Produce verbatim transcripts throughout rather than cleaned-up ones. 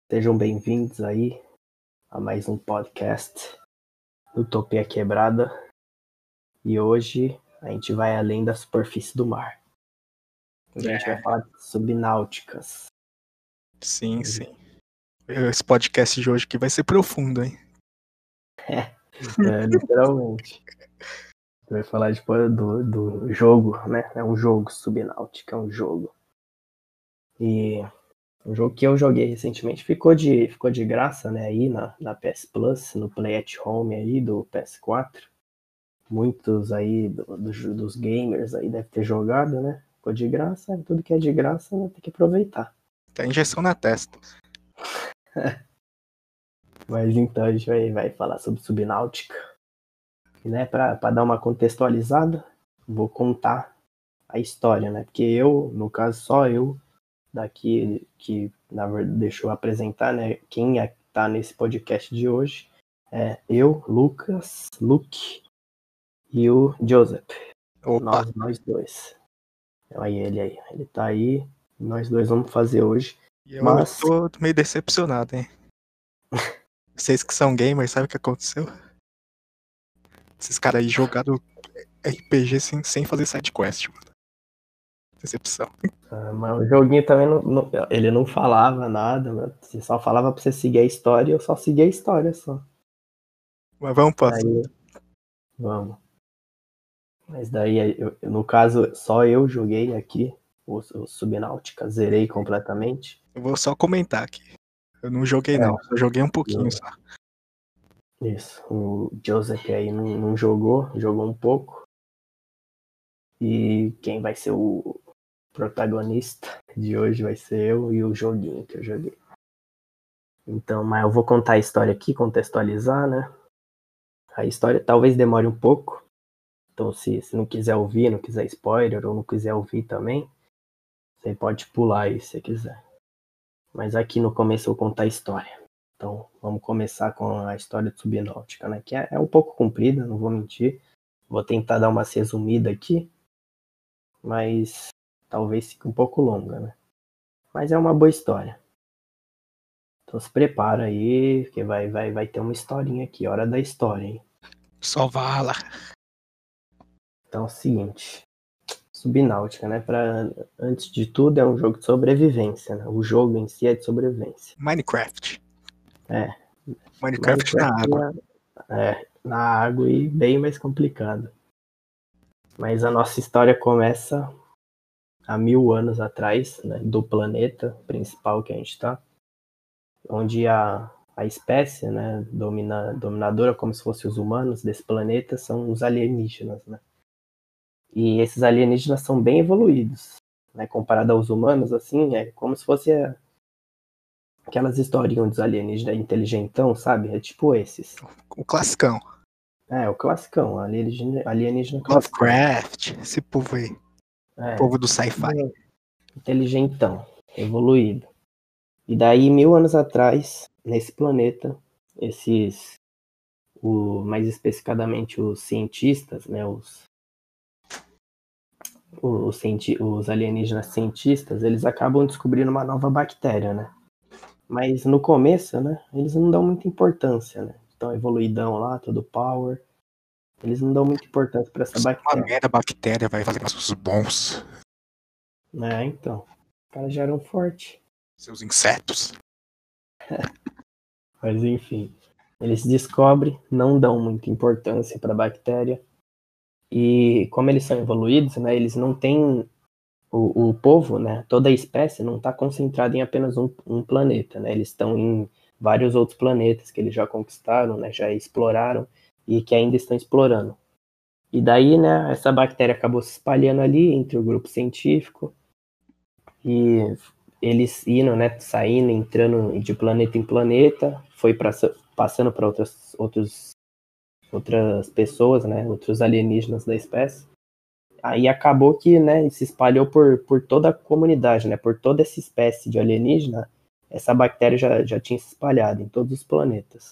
Sejam bem-vindos aí a mais um podcast Utopia Quebrada. E hoje a gente vai além da superfície do mar. Hoje é. a gente vai falar de subnáuticas. Sim, sim. Esse podcast de hoje aqui vai ser profundo, hein? É, é literalmente. Vai falar de, do, do jogo, né? É um jogo, Subnáutica é um jogo. E um jogo que eu joguei recentemente ficou de, ficou de graça, né? Aí na, na P S Plus, no Play at Home aí do P S quatro. Muitos aí do, do, dos gamers aí devem ter jogado, né? Ficou de graça, tudo que é de graça, né? Tem que aproveitar. Tá injeção na testa. Mas então a gente vai, vai falar sobre Subnáutica. E, né, pra, pra dar uma contextualizada, vou contar a história, né? Porque eu, no caso, só eu daqui que, na verdade, deixa eu apresentar, né? Quem é, tá nesse podcast de hoje é eu, Lucas, Luke e o Joseph. Opa. Nós, nós dois. Aí ele aí, ele tá aí, nós dois vamos fazer hoje. E eu Mas tô meio decepcionado, hein? Vocês que são gamers, sabe o que aconteceu? Esses caras aí jogaram R P G sem, sem fazer sidequest, mano. Decepção. Ah, mas o joguinho também não, não- ele não falava nada, mano. Ele só falava pra você seguir a história, eu só segui a história só. Mas vamos pro Aí, assunto. vamos. Mas daí, eu- no caso, só eu joguei aqui o, o Subnáutica, zerei completamente. Eu vou só comentar aqui. Eu não joguei É, não, ó, só joguei um pouquinho eu- só. Isso, o Joseph aí não, não jogou, jogou um pouco. E quem vai ser o protagonista de hoje vai ser eu e o joguinho que eu joguei. Então, mas eu vou contar a história aqui, contextualizar, né? A história talvez demore um pouco. Então, se, se não quiser ouvir, não quiser spoiler, ou não quiser ouvir também, você pode pular aí se você quiser. Mas aqui no começo eu vou contar a história. Então, vamos começar com a história de Subnáutica, né? Que é, é um pouco comprida, não vou mentir. Vou tentar dar uma resumida aqui, mas talvez fique um pouco longa, né? Mas é uma boa história. Então se prepara aí, que vai, vai, vai ter uma historinha aqui, hora da história, hein? Só vala. Então é o seguinte, Subnáutica, né? Pra, antes de tudo é um jogo de sobrevivência, né? O jogo em si é de sobrevivência. Minecraft. É. Minecraft na Minecraft água. na, é, na água e bem mais complicado. Mas a nossa história começa há mil anos atrás, né? Do planeta principal que a gente tá. Onde a, a espécie, né, domina, dominadora, como se fossem os humanos desse planeta, são os alienígenas, né? E esses alienígenas são bem evoluídos, né? Comparado aos humanos, assim, é como se fosse a, aquelas historinhas dos alienígenas inteligentão, sabe? É tipo esses. O classicão. É, o classicão, alienígena, alienígena classicão. Lovecraft. Esse povo aí. É, Povo do sci-fi. inteligentão, evoluído. E daí, mil anos atrás, nesse planeta, esses, o, mais especificadamente os cientistas, né, os, os, os alienígenas cientistas, eles acabam descobrindo uma nova bactéria, né? Mas no começo, né, eles não dão muita importância, né? Estão evoluidão lá, todo power. Eles não dão muita importância para essa Uma bactéria. mera bactéria vai fazer nossos bons. É, então. Os caras já eram fortes. Seus insetos. Mas enfim. Eles descobrem, não dão muita importância para a bactéria. E como eles são evoluídos, né, eles não têm. O, o povo, né, toda a espécie não está concentrada em apenas um, um planeta, né? Eles estão em vários outros planetas que eles já conquistaram, né, já exploraram e que ainda estão explorando. E daí, né, essa bactéria acabou se espalhando ali entre o grupo científico e eles indo, né, saindo, entrando de planeta em planeta, foi pra, passando para outras, outros, outras pessoas, né, outros alienígenas da espécie. Aí acabou que, né, se espalhou por, por toda a comunidade, né, por toda essa espécie de alienígena, essa bactéria já, já tinha se espalhado em todos os planetas.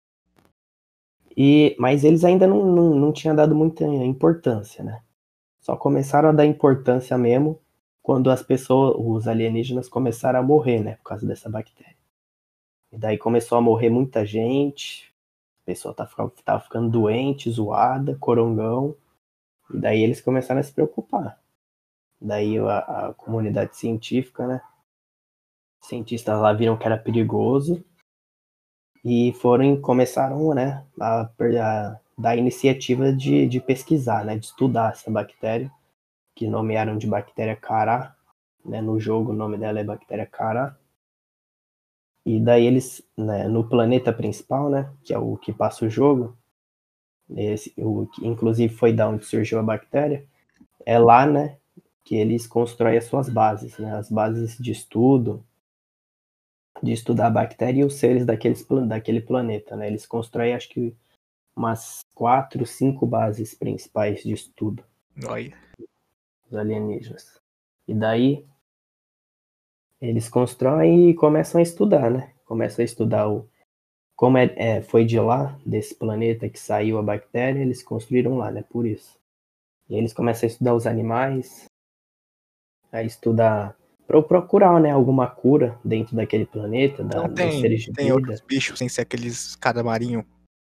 E, mas eles ainda não, não, não tinham dado muita importância, né? Só começaram a dar importância mesmo quando as pessoas, os alienígenas começaram a morrer, né, por causa dessa bactéria. E daí começou a morrer muita gente, a pessoa tava, tava ficando doente, zoada, corongão. E daí eles começaram a se preocupar. Daí a, a comunidade científica, né? Os cientistas lá viram que era perigoso e foram começaram, né, a, a dar iniciativa de, de pesquisar, né, de estudar essa bactéria, que nomearam de bactéria Cará, né, no jogo o nome dela é bactéria Cará. E daí eles, né, no planeta principal, né, que é o que passa o jogo, esse, o que inclusive foi da onde surgiu a bactéria, é lá, né, que eles constroem as suas bases, né, as bases de estudo, de estudar a bactéria e os seres daqueles, daquele planeta, né? Eles constroem, acho que, umas quatro, cinco bases principais de estudo. Olha. Os alienígenas. E daí, eles constroem e começam a estudar, né? Começam a estudar o... Como é, é, foi de lá, desse planeta que saiu a bactéria, eles construíram lá, né? Por isso. E aí eles começam a estudar os animais, a estudar... Para procurar, né, alguma cura dentro daquele planeta, da, Não dos tem, seres de tem outros vida. bichos sem ser aqueles cadamarinho.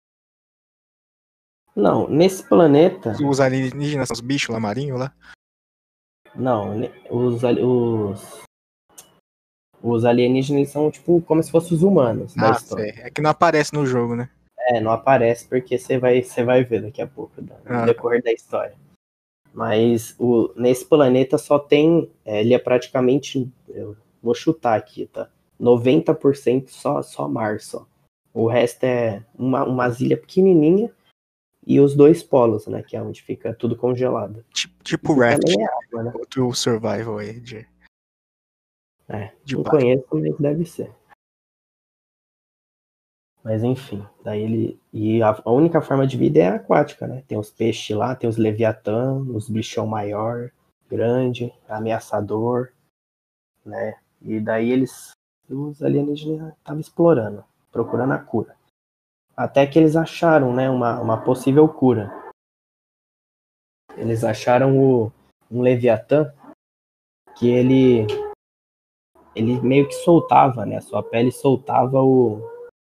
Não, nesse planeta... Os alienígenas são os bichos lá marinho lá. Não, os, os, os alienígenas eles são tipo como se fossem os humanos da Ah, história. sei. É que não aparece no jogo, né? É, não aparece porque você vai, você vai ver daqui a pouco, no Ah, decorrer da história. Mas o, nesse planeta só tem, é, ele é praticamente, eu vou chutar aqui, tá? noventa por cento só, só mar, só. O resto é uma, umas ilhas pequenininha e os dois polos, né? Que é onde fica tudo congelado. tipo, tipo E Raft, também é água, né? outro survival aí de, É, de não baixo. conheço, mas deve ser. Mas enfim, daí ele. E a, a única forma de vida é aquática, né? Tem os peixes lá, tem os leviatã, os bichão maior, grande, ameaçador, né? E daí eles. Os alienígenas estavam explorando, procurando a cura. Até que eles acharam, né, uma, uma possível cura. Eles acharam o, um leviatã que ele. Ele meio que soltava, né? A sua pele soltava o.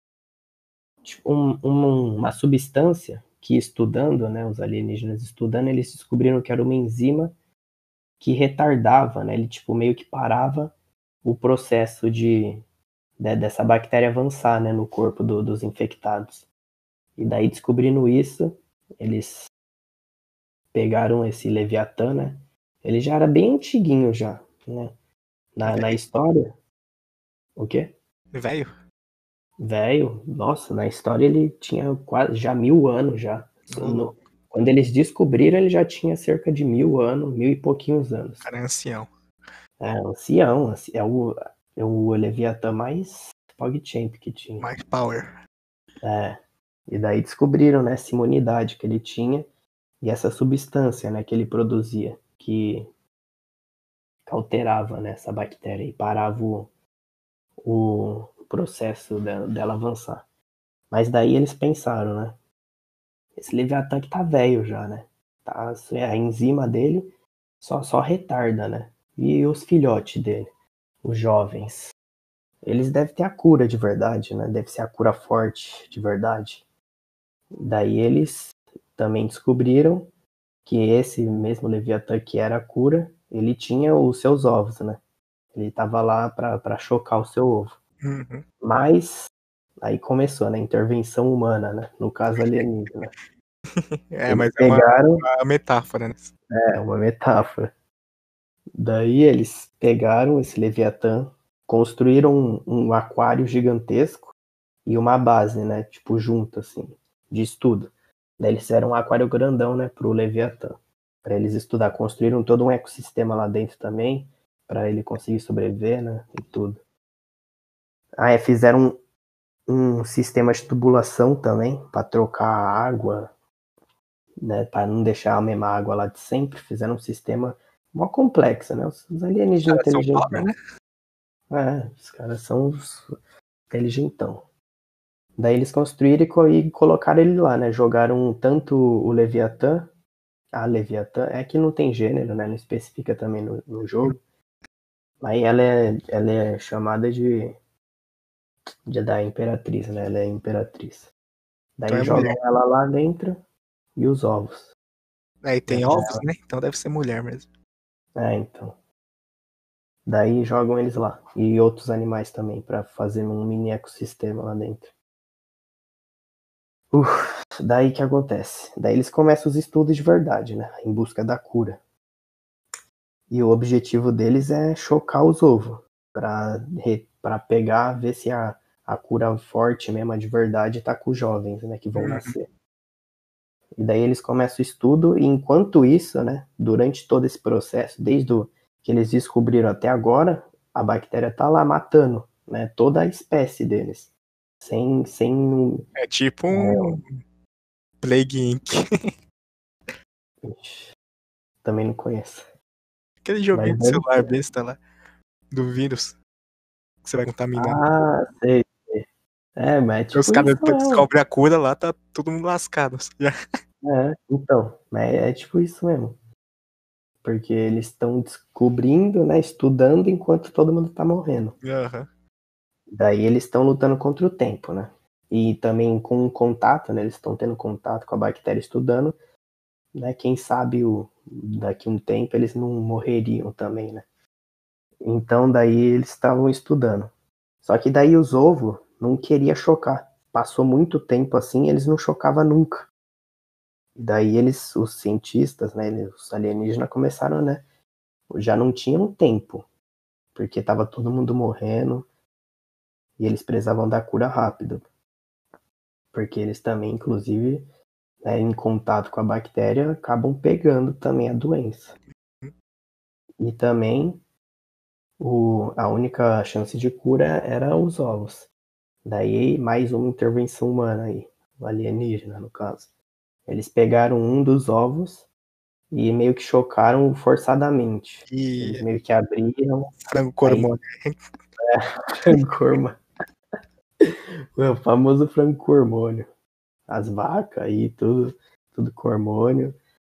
Tipo, um, um, uma substância que estudando, né, os alienígenas estudando, eles descobriram que era uma enzima que retardava, né, ele tipo meio que parava o processo de, de dessa bactéria avançar, né, no corpo do, dos infectados. E daí descobrindo isso, eles pegaram esse Leviatã, né? Ele já era bem antiguinho já, né? Na, na história. O quê? Velho? Velho, nossa, na história ele tinha quase já mil anos já. No, Oh, quando eles descobriram, ele já tinha cerca de mil anos, mil e pouquinhos anos. cara é ancião. É, ancião, é o, é o Leviatã mais PogChamp que tinha. Mais power. É, e daí descobriram, né, essa imunidade que ele tinha e essa substância, né, que ele produzia, que alterava, né, essa bactéria e parava o, o processo dela, dela avançar. Mas daí eles pensaram, né, esse Leviatã que tá velho já, né, tá, a enzima dele só, só retarda, né, e os filhotes dele, os jovens, eles devem ter a cura de verdade, né, deve ser a cura forte de verdade. Daí eles também descobriram que esse mesmo Leviatã que era a cura, ele tinha os seus ovos, né? Ele tava lá para chocar o seu ovo. Uhum. Mas aí começou, né? Intervenção humana, né? No caso alienígena. É, Eles mas é uma, pegaram, uma metáfora, né? é uma metáfora. Daí eles pegaram esse Leviatã, construíram um, um aquário gigantesco e uma base, né? Tipo, junto, assim, de estudo. Daí eles fizeram um aquário grandão, né? Pro Leviatã. Para eles estudar. Construíram todo um ecossistema lá dentro também. Para ele conseguir sobreviver, né? E tudo. Ah, é, fizeram um, um sistema de tubulação também. Para trocar a água. Né? Para não deixar a mesma água lá de sempre. Fizeram um sistema mó complexo, né? Os, os Os alienígenas caras são power, inteligentão. né? É, os caras são os inteligentão. Daí eles construíram e, co- e colocaram ele lá, né? Jogaram tanto o Leviatã, a Leviatã, é que não tem gênero, né? Não especifica também no, no jogo. Aí ela é, ela é chamada de de da Imperatriz, né? Ela é Imperatriz. Então Daí é jogam mulher. ela lá dentro e os ovos. Aí tem Né, pra ovos, ela. né? Então deve ser mulher mesmo. É, então. Daí jogam eles lá. E outros animais também, pra fazer um mini ecossistema lá dentro. Uf, daí que acontece? Daí eles começam os estudos de verdade, né? Em busca da cura. E o objetivo deles é chocar os ovos. Pra, pra pegar, ver se a, a cura forte mesmo, a de verdade, tá com os jovens, né? Que vão Uhum. nascer. E daí eles começam o estudo, e enquanto isso, né, durante todo esse processo, desde o que eles descobriram até agora, a bactéria tá lá matando, né, toda a espécie deles. Sem, sem... É tipo um Plague Inc. Ixi, também não conheço. Aquele joguinho Mas de deve celular ser. besta lá, do vírus, que você vai contaminando. Ah, sei, sei. É, mas é Aí os tipo caras isso mesmo. descobrem a cura lá, tá todo mundo lascado. Já. É, então, mas é tipo isso mesmo. Porque eles estão descobrindo, né, estudando enquanto todo mundo tá morrendo. Aham. Daí eles estão lutando contra o tempo, né? E também com contato, né? Eles estão tendo contato com a bactéria estudando, né? Quem sabe o, daqui a um tempo eles não morreriam também, né? Então daí eles estavam estudando. Só que daí os ovos não queria chocar. Passou muito tempo assim, eles não chocavam nunca. E daí eles, os cientistas, né? Os alienígenas começaram, né? Já não tinham tempo, porque tava todo mundo morrendo e eles precisavam da cura rápido. Porque eles também, inclusive, né, em contato com a bactéria, acabam pegando também a doença. E também o, a única chance de cura era os ovos. Daí mais uma intervenção humana aí, o alienígena no caso. Eles pegaram um dos ovos e meio que chocaram forçadamente. Eles E meio que abriram, frango aí cormônio. frango hormônio. O famoso frango com hormônio. As vacas aí, tudo, tudo com hormônio.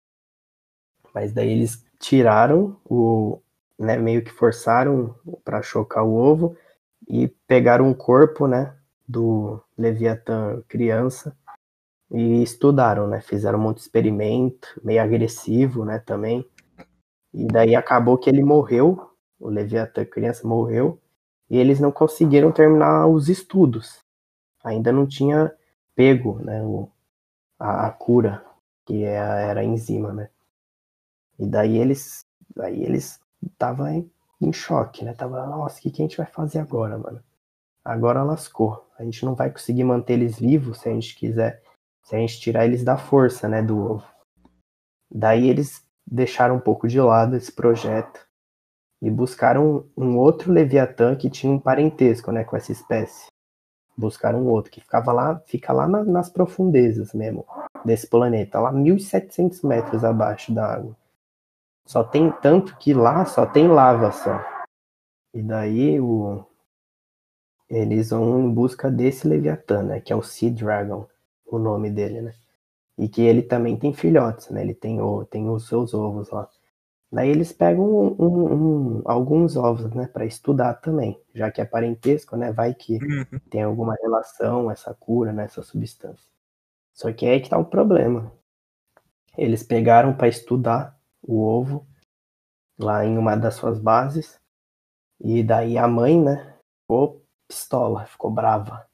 Mas daí eles tiraram o, né, meio que forçaram para chocar o ovo e pegaram o corpo, né, do Leviatã criança e estudaram, né, fizeram um monte de experimento, meio agressivo, né, também. E daí acabou que ele morreu, o Leviatã criança morreu, e eles não conseguiram terminar os estudos. Ainda não tinha pego, né, o, a, a cura, que é, era a enzima, né. E daí eles, daí eles estavam em, em choque, né? Tava, nossa, o que, que a gente vai fazer agora, mano? Agora lascou. A gente não vai conseguir manter eles vivos se a gente quiser, se a gente tirar eles da força, né, do ovo. Daí eles deixaram um pouco de lado esse projeto e buscaram um, um outro Leviatã que tinha um parentesco, né, com essa espécie. Buscaram um outro que ficava lá, fica lá na, nas profundezas mesmo desse planeta, lá mil e setecentos metros abaixo da água. Só tem tanto que lá só tem lava só. E daí o, eles vão em busca desse Leviatã, né? Que é o Sea Dragon, o nome dele, né? E que ele também tem filhotes, né? Ele tem, o, tem os seus ovos lá. Daí eles pegam um, um, um, alguns ovos, né? Pra estudar também. Já que é parentesco, né? Vai que Uhum. tem alguma relação, essa cura, né? Essa substância. Só que é aí que tá o problema. Eles pegaram para estudar o ovo lá em uma das suas bases. E daí a mãe, né, ficou pistola, ficou brava.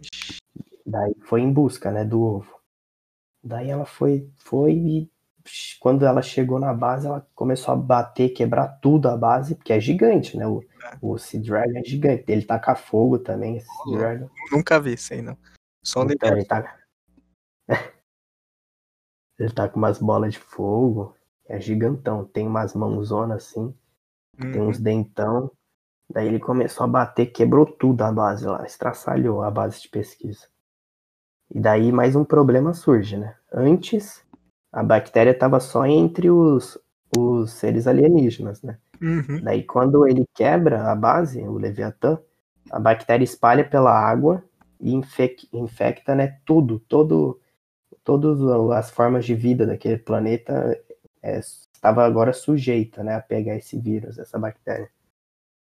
Daí foi em busca, né, do ovo. Daí ela foi, foi e quando ela chegou na base, ela começou a bater, quebrar tudo a base, porque é gigante, né, o, o Sea Dragon é gigante. Ele taca fogo também, esse Sea Dragon. Nunca vi isso aí, não. Só Então, ele Leviatã. tá, ele tá com umas bolas de fogo, é gigantão. Tem umas mãozonas assim, tem uns Uhum. dentão. Daí ele começou a bater, quebrou tudo a base lá, estraçalhou a base de pesquisa. E daí mais um problema surge, né? Antes, a bactéria estava só entre os, os seres alienígenas, né? Uhum. Daí quando ele quebra a base, o Leviatã, a bactéria espalha pela água e infec, infecta, né, tudo, todo, todas as formas de vida daquele planeta é, estava agora sujeita, né, a pegar esse vírus, essa bactéria.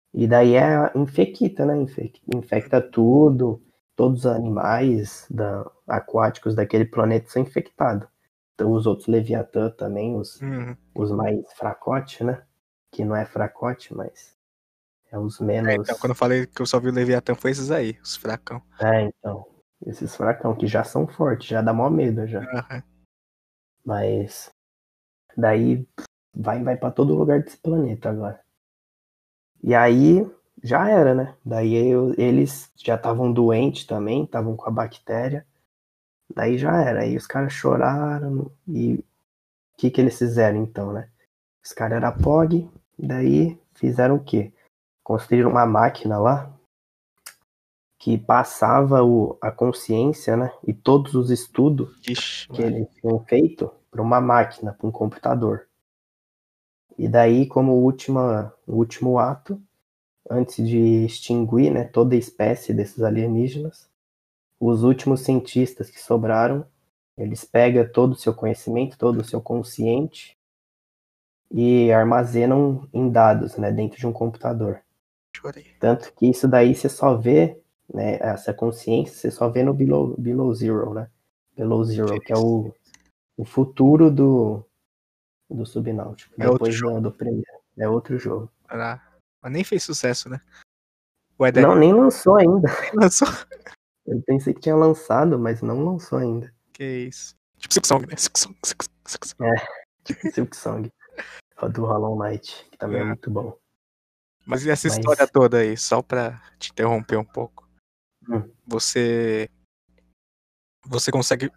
E daí é infecta, né? Infec- Infecta tudo, todos os animais da- aquáticos daquele planeta são infectados. Então os outros Leviatã também, os, Uhum. os mais fracote, né? Que não é fracote, mas é os É, menos. então, quando eu falei que eu só vi o Leviatã, foi esses aí, os fracão. É, então. Esses fracão que já são fortes, já dá mó medo já. Aham. Mas daí vai, vai para todo lugar desse planeta agora. E aí já era, né? Daí eu- eles já estavam doentes também, estavam com a bactéria. Daí já era. Aí os caras choraram e o que que eles fizeram então, né? Os caras eram P O G, daí fizeram o quê? Construíram uma máquina lá que passava o, a consciência, né? E todos os estudos Ixi, que mano. eles tinham feito para uma máquina, para um computador. E daí, como última, último ato, antes de extinguir, né, toda a espécie desses alienígenas, os últimos cientistas que sobraram, eles pegam todo o seu conhecimento, todo o seu consciente e armazenam em dados, né, dentro de um computador. Chorei. Tanto que isso daí você só vê, né, essa consciência, você só vê no Below, Below Zero, né? Below Zero, que é o, o futuro do, do Subnáutico, É outro depois jogo. do, do primeiro. É outro jogo. Ah, mas nem fez sucesso, né? O Ed Não, nem lançou ainda. nem lançou. Eu pensei que tinha lançado, mas não lançou ainda. Que isso. Tipo Silk Song, né? Silk Song, Silk Song, Silk Song. É, tipo Silk Song, ó, do Hollow Knight, que também é É. muito bom. Mas e essa história Mas, toda aí, só pra te interromper um pouco? hum, Você. Você consegue.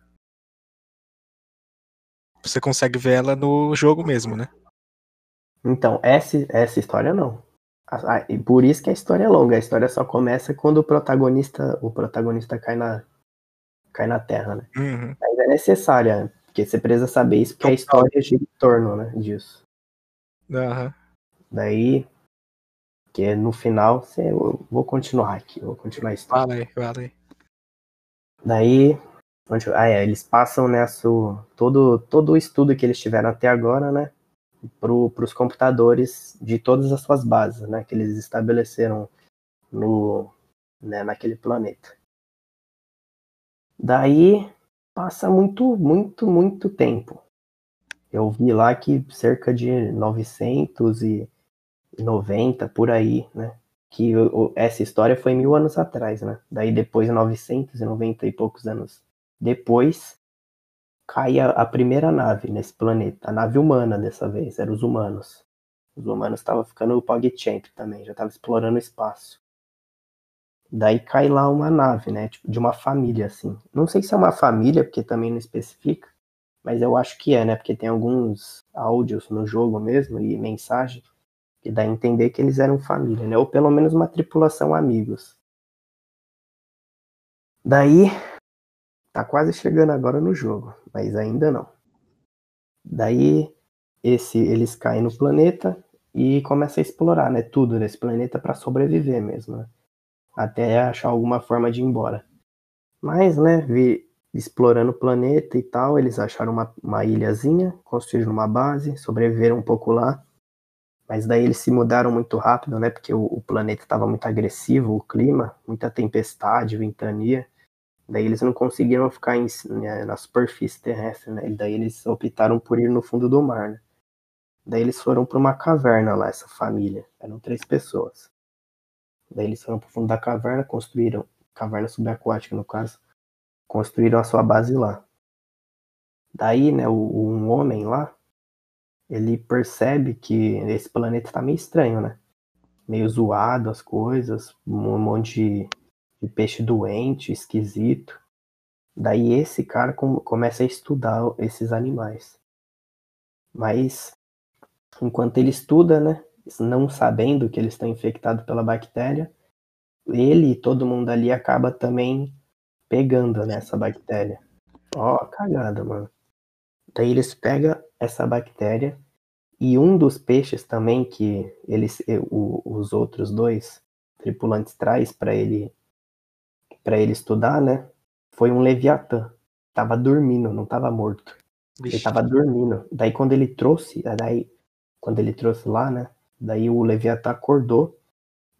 Você consegue ver ela no jogo mesmo, né? então, essa, essa história não. A- a- e por isso que a história é longa. A história só começa quando o protagonista, o protagonista cai na, cai na Terra, né? Uhum. Mas é necessária, porque você precisa saber isso, porque Então, a história gira em torno, né, disso. aham. Daí, que no final, você, eu vou continuar aqui, eu vou continuar a história. Fala aí, fala aí. Daí, onde, ah, é, eles passam nessa, todo, todo o estudo que eles tiveram até agora, né, para os computadores de todas as suas bases, né, que eles estabeleceram no, né, naquele planeta. Daí passa muito, muito, muito tempo. Eu vi lá que cerca de novecentos e noventa por aí, né? Que o, essa história foi mil anos atrás, né? Daí depois, novecentos e noventa e poucos anos depois, cai a, a primeira nave nesse planeta. A nave humana dessa vez, eram os humanos. Os humanos estavam ficando no PogChamp também, já estavam explorando o espaço. Daí cai lá uma nave, né? Tipo, de uma família, assim. Não sei se é uma família, porque também não especifica, mas eu acho que é, né? Porque tem alguns áudios no jogo mesmo e mensagem que dá a entender que eles eram família, né? Ou pelo menos uma tripulação amigos. Daí, tá quase chegando agora no jogo, mas ainda não. Daí, esse, eles caem no planeta e começam a explorar, né? Tudo nesse planeta para sobreviver mesmo, né? Até achar alguma forma de ir embora. Mas, né, vi, explorando o planeta e tal, eles acharam uma, uma ilhazinha, construíram uma base, sobreviveram um pouco lá. Mas daí eles se mudaram muito rápido, né? Porque o, o planeta estava muito agressivo, o clima, muita tempestade, ventania. Daí eles não conseguiram ficar em, né, na superfície terrestre, né? E daí eles optaram por ir no fundo do mar, né? Daí eles foram para uma caverna lá, essa família. Eram três pessoas. Daí eles foram para o fundo da caverna, construíram, caverna subaquática no caso, construíram a sua base lá. Daí, né, o, um homem lá, ele percebe que esse planeta está meio estranho, né? Meio zoado as coisas, um monte de, de peixe doente, esquisito. Daí esse cara com, começa a estudar esses animais. Mas enquanto ele estuda, né, não sabendo que eles estão infectados pela bactéria, ele e todo mundo ali acaba também pegando, né, essa bactéria. Ó, cagada, mano. Daí eles pegam essa bactéria e um dos peixes também que eles, o, os outros dois tripulantes traz para ele para ele estudar, né? Foi um Leviatã. Tava dormindo, não tava morto. Ele Vixe. tava dormindo. Daí quando ele trouxe, daí quando ele trouxe lá, né? Daí o Leviatã acordou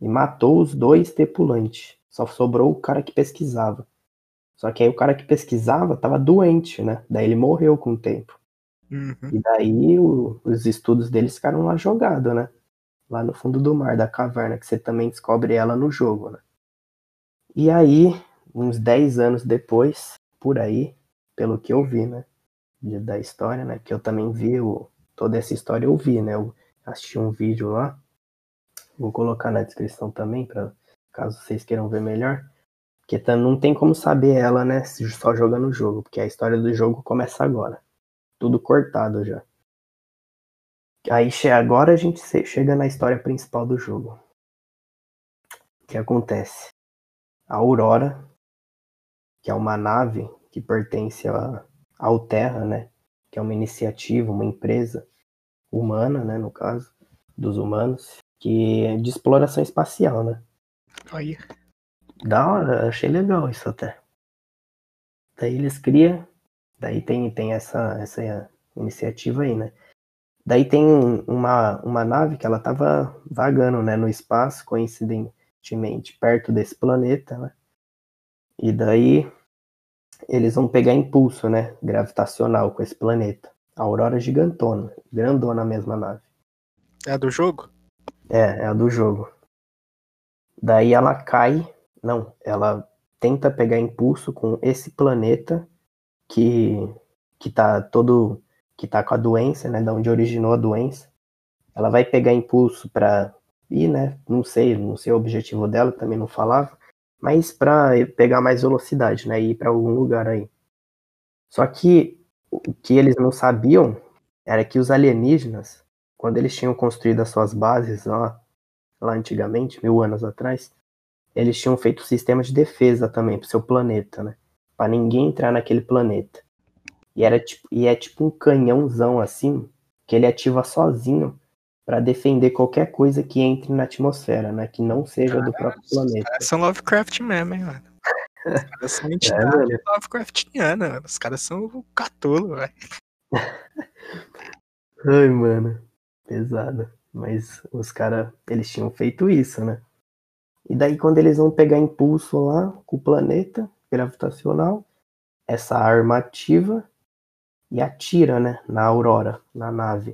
e matou os dois tripulantes. Só sobrou o cara que pesquisava. Só que aí o cara que pesquisava tava doente, né? Daí ele morreu com o tempo. Uhum. E daí o, os estudos deles ficaram lá jogados, né? Lá no fundo do mar, da caverna, que você também descobre ela no jogo, né? E aí, uns dez anos depois, por aí, pelo que eu vi, né? Da história, né? Que eu também vi o, toda essa história, eu vi, né? Eu assisti um vídeo lá. Vou colocar na descrição também, para caso vocês queiram ver melhor. Porque não tem como saber ela, né? Só jogando o jogo, porque a história do jogo começa agora. Tudo cortado já. Aí agora a gente chega na história principal do jogo. O que acontece? A Aurora, que é uma nave que pertence a Alterra, né? Que é uma iniciativa, uma empresa humana, né? No caso, dos humanos, que é de exploração espacial, né? Aí. Da hora, achei legal isso até. Daí eles criam, daí tem, tem essa, essa iniciativa aí, né? Daí tem uma, uma nave que ela tava vagando, né, no espaço, coincidentemente, perto desse planeta, né? E daí eles vão pegar impulso, né, gravitacional com esse planeta. A Aurora gigantona, grandona mesmo a nave. É a do jogo? É, é a do jogo. Daí ela cai, não, ela tenta pegar impulso com esse planeta que, que tá todo, que tá com a doença, né, da onde originou a doença. Ela vai pegar impulso para ir, né? Não sei, não sei o objetivo dela, também não falava, mas para pegar mais velocidade, né? E ir para algum lugar aí. Só que o que eles não sabiam era que os alienígenas, quando eles tinham construído as suas bases lá, lá antigamente, mil anos atrás, eles tinham feito um sistema de defesa também pro seu planeta, né? Para ninguém entrar naquele planeta. E era tipo, e é tipo um canhãozão assim que ele ativa sozinho para defender qualquer coisa que entre na atmosfera, né? Que não seja Cara, do próprio os planeta. caras são Lovecraft mesmo, hein, mano? Os caras são É, entidade mano. Lovecraftiana, mano. Os caras são o Cthulhu, velho. Ai, mano. Pesado. Mas os caras, eles tinham feito isso, né? E daí quando eles vão pegar impulso lá com o planeta gravitacional, essa arma ativa e atira, né? Na Aurora, na nave.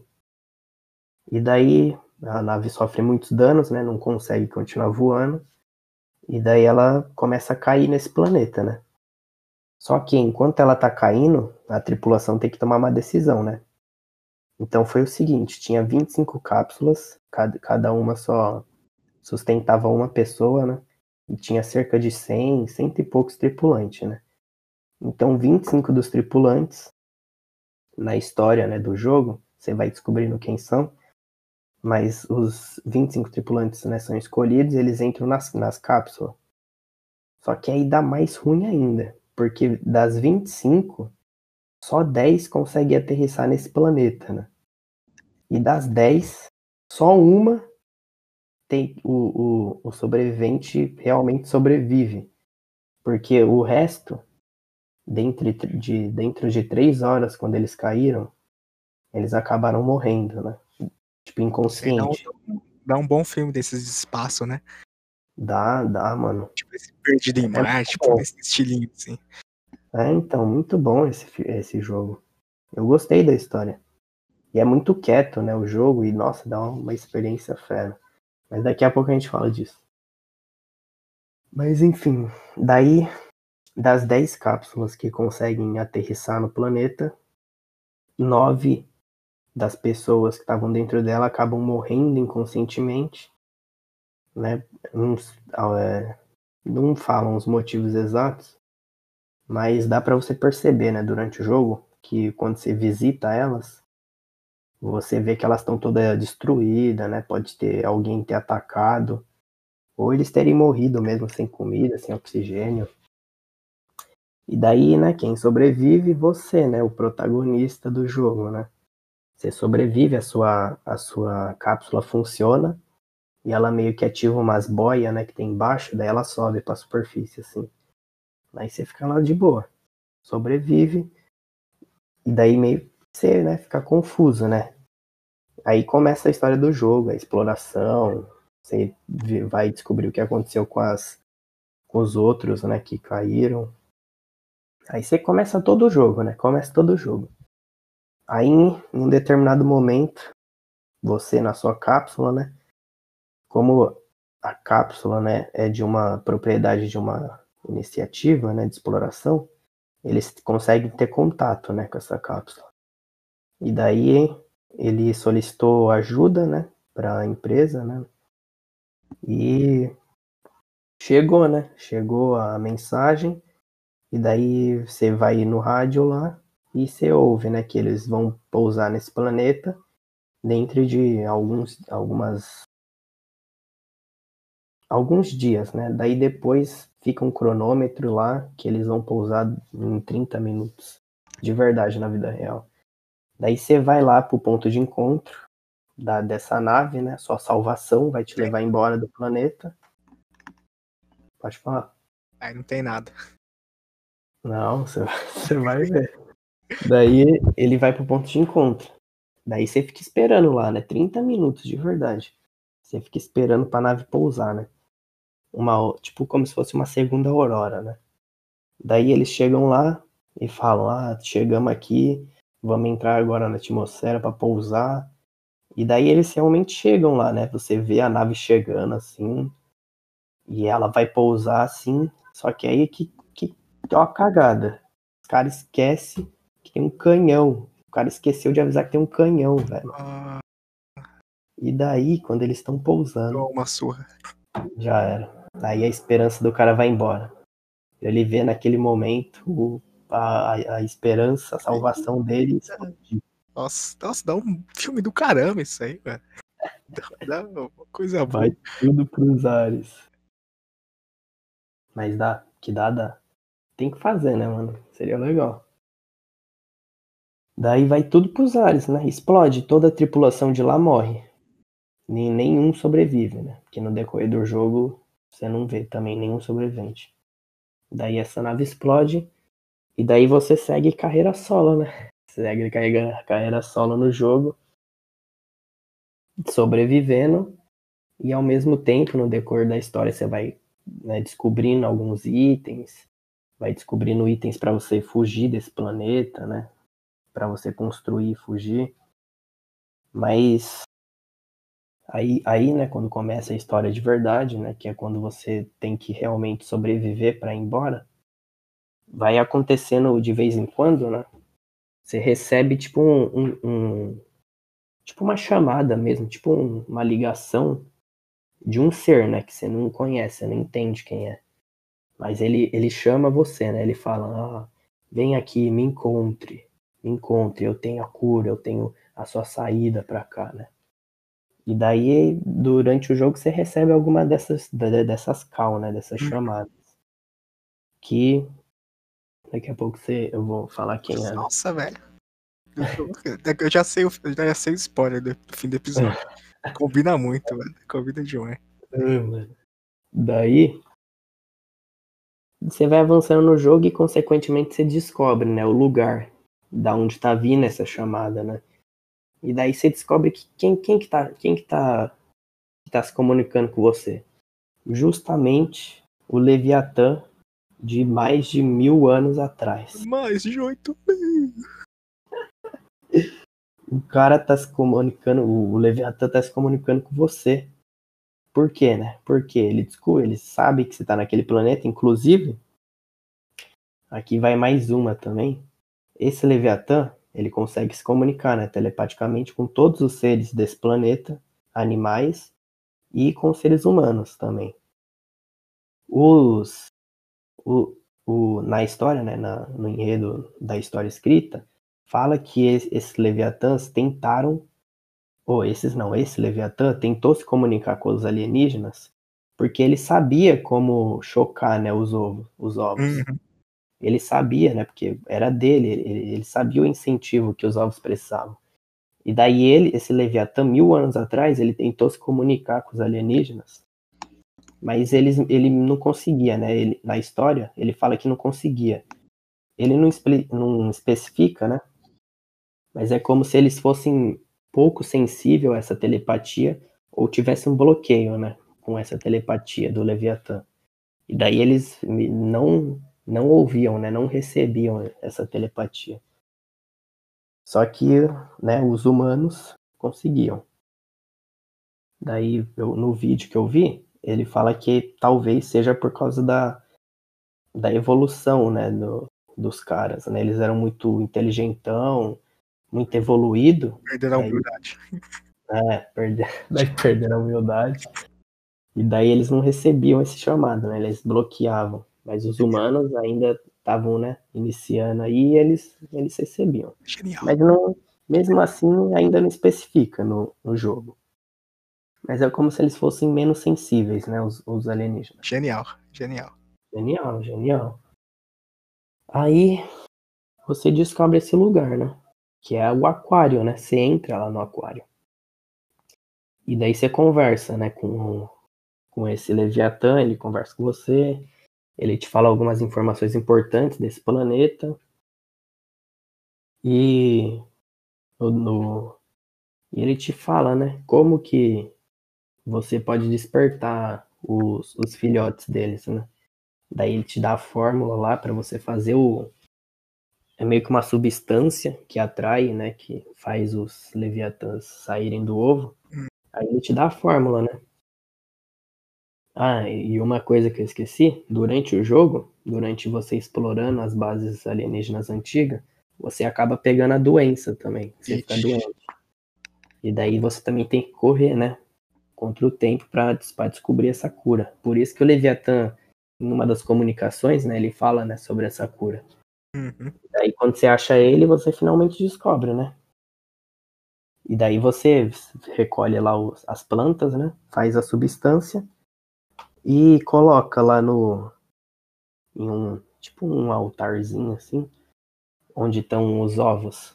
E daí a nave sofre muitos danos, né? Não consegue continuar voando. E daí ela começa a cair nesse planeta, né? Só que enquanto ela tá caindo, a tripulação tem que tomar uma decisão, né? Então foi o seguinte, tinha vinte e cinco cápsulas, cada, cada uma só sustentava uma pessoa, né? E tinha cerca de cem, cento e poucos tripulantes, né? Então vinte e cinco dos tripulantes, na história, né, do jogo, você vai descobrindo quem são, mas os vinte e cinco tripulantes, né, são escolhidos e eles entram nas, nas cápsulas. Só que aí dá mais ruim ainda, porque das vinte e cinco, só dez conseguem aterrissar nesse planeta, né? E das dez, só uma tem o, o, o sobrevivente realmente sobrevive. Porque o resto, dentro de, dentro de três horas, quando eles caíram, eles acabaram morrendo, né? Tipo, Isso aí dá um, inconsciente. dá um bom filme desses de espaço, né? Dá, dá, mano. Tipo, esse Perdido em É muito Marte, tipo, bom. nesse estilinho, assim. É, então, muito bom esse, esse jogo. Eu gostei da história. E é muito quieto, né, o jogo, e nossa, dá uma experiência fera. Mas daqui a pouco a gente fala disso. Mas enfim, daí, das dez cápsulas que conseguem aterrissar no planeta, nove das pessoas que estavam dentro dela acabam morrendo inconscientemente, né? Uns, é, não falam os motivos exatos, mas dá para você perceber, né, durante o jogo, que quando você visita elas, você vê que elas estão todas destruídas, né? Pode ter alguém ter atacado, ou eles terem morrido mesmo sem comida, sem oxigênio. E daí, né, quem sobrevive? Você, né, o protagonista do jogo, né? Você sobrevive, a sua, a sua cápsula funciona, e ela meio que ativa umas boias, né, que tem embaixo, daí ela sobe pra superfície, assim. Aí você fica lá de boa, sobrevive, e daí meio que você, né, fica confuso, né? Aí começa a história do jogo, a exploração, Você vai descobrir o que aconteceu com, as, com os outros, né, que caíram. Aí você começa todo o jogo, né? Começa todo o jogo. Aí, em um determinado momento, você na sua cápsula, né? Como a cápsula, né, é de uma propriedade de uma iniciativa, né, de exploração, eles conseguem ter contato, né, com essa cápsula. E daí ele solicitou ajuda, né, para a empresa, né? E chegou, né? Chegou a mensagem. E daí você vai no rádio lá e você ouve, né, que eles vão pousar nesse planeta dentro de alguns, algumas, alguns dias, né? Daí depois fica um cronômetro lá que eles vão pousar em trinta minutos, de verdade, na vida real. Daí você vai lá pro ponto de encontro da, dessa nave, né? Sua salvação vai te levar embora do planeta. Pode falar. Aí não tem nada. Não, você, você vai ver. Daí ele vai pro ponto de encontro. Daí você fica esperando lá, né? trinta minutos, de verdade. Você fica esperando pra nave pousar, né? Uma, tipo, como se fosse uma segunda aurora, né? Daí eles chegam lá e falam, ah, chegamos aqui, vamos entrar agora na atmosfera pra pousar. E daí eles realmente chegam lá, né? Você vê a nave chegando, assim, e ela vai pousar, assim, só que aí que, que é uma cagada. Os caras esquecem que tem um canhão. O cara esqueceu de avisar que tem um canhão, velho. Ah, E daí, quando eles estão pousando, toma uma surra. já era. Aí a esperança do cara vai embora. Ele vê naquele momento o- a, a- a esperança, a salvação dele explodir. Nossa, nossa, dá um filme do caramba isso aí, velho. Dá, dá uma coisa Vai boa. tudo pros ares. Mas dá, que dá, dá. Tem que fazer, né, mano? Seria legal. Daí vai tudo pros ares, né? Explode, toda a tripulação de lá morre. Nem, nenhum sobrevive, né? Porque no decorrer do jogo você não vê também nenhum sobrevivente. Daí essa nave explode e daí você segue carreira solo, né? Segue carreira, carreira solo no jogo, sobrevivendo e ao mesmo tempo no decorrer da história você vai, né, descobrindo alguns itens, vai descobrindo itens para você fugir desse planeta, né? Para você construir e fugir. Mas Aí, aí, né, quando começa a história de verdade, né, que é quando você tem que realmente sobreviver para ir embora, vai acontecendo de vez em quando, né? Você recebe tipo um, um- um- tipo uma chamada mesmo, tipo um- uma ligação de um ser, né, que você não conhece, você não entende quem é. Mas ele ele chama você, né? Ele fala: "Ah, vem aqui, me encontre, me encontre, eu tenho a cura, eu tenho a sua saída para cá, né?" E daí, durante o jogo, você recebe alguma dessas, de- dessas call, né? Dessas chamadas. Que daqui a pouco você, eu vou falar quem é, né? Nossa, velho. Eu já sei, o- eu já sei o spoiler do do fim do episódio. Combina muito, velho. Combina demais. Ah, mano. Daí, você vai avançando no jogo e, consequentemente, você descobre, né? O lugar da onde tá vindo essa chamada, né? E daí você descobre que quem, quem que tá, quem que tá, que tá se comunicando com você. Justamente o Leviatã de mais de mil anos atrás. Mais de oito. O cara tá se comunicando, o Leviatã tá se comunicando com você. Por quê, né? Porque ele descobre, ele sabe que você tá naquele planeta, inclusive, aqui vai mais uma também. Esse Leviatã, ele consegue se comunicar, né, telepaticamente com todos os seres desse planeta, animais e com seres humanos também. Os, o, o, na história, né, na, no enredo da história escrita, fala que es- esses Leviatãs tentaram ou esses não, esse Leviatã tentou se comunicar com os alienígenas porque ele sabia como chocar, né, os ovos, os ovos. Uhum. Ele sabia, né, porque era dele, ele, ele sabia o incentivo que os ovos precisavam. E daí ele, esse Leviatã, mil anos atrás, ele tentou se comunicar com os alienígenas, mas eles, ele não conseguia, né? Ele, na história, ele fala que não conseguia. Ele não, expli, não especifica, né? Mas é como se eles fossem pouco sensíveis a essa telepatia ou tivesse um bloqueio, né, com essa telepatia do Leviatã. E daí eles não, não ouviam, né, não recebiam essa telepatia. Só que, né, os humanos conseguiam. Daí, eu, no vídeo que eu vi, ele fala que talvez seja por causa da, da evolução, né, do, dos caras, né? Eles eram muito inteligentão, muito evoluído. Perderam a Daí, humildade. é, perder, daí perderam a humildade. E daí eles não recebiam esse chamado, né? Eles bloqueavam. Mas os humanos ainda estavam, né, iniciando aí e eles, eles recebiam. Genial. Mas não, mesmo assim, ainda não especifica no, no jogo. Mas é como se eles fossem menos sensíveis, né, os, os alienígenas. Genial, genial. Genial, genial. Aí você descobre esse lugar, né? Que é o aquário, né? Você entra lá no aquário. E daí você conversa, né, com, com esse Leviatã, ele conversa com você, ele te fala algumas informações importantes desse planeta. E, no, no, e ele te fala, né, como que você pode despertar os, os filhotes deles, né? Daí ele te dá a fórmula lá para você fazer o... É meio que uma substância que atrai, né? Que faz os leviatãs saírem do ovo. Hum. Aí ele te dá a fórmula, né? Ah, e uma coisa que eu esqueci. Durante o jogo, durante você explorando as bases alienígenas antigas, você acaba pegando a doença também. Você Ixi. fica doente. E daí você também tem que correr, né? Contra o tempo para descobrir essa cura. Por isso que o Leviatã, em uma das comunicações, né, ele fala, né, sobre essa cura. Uhum. E daí quando você acha ele, você finalmente descobre, né? E daí você recolhe lá os, as plantas, né? Faz a substância e coloca lá no em um tipo um altarzinho assim, onde estão os ovos.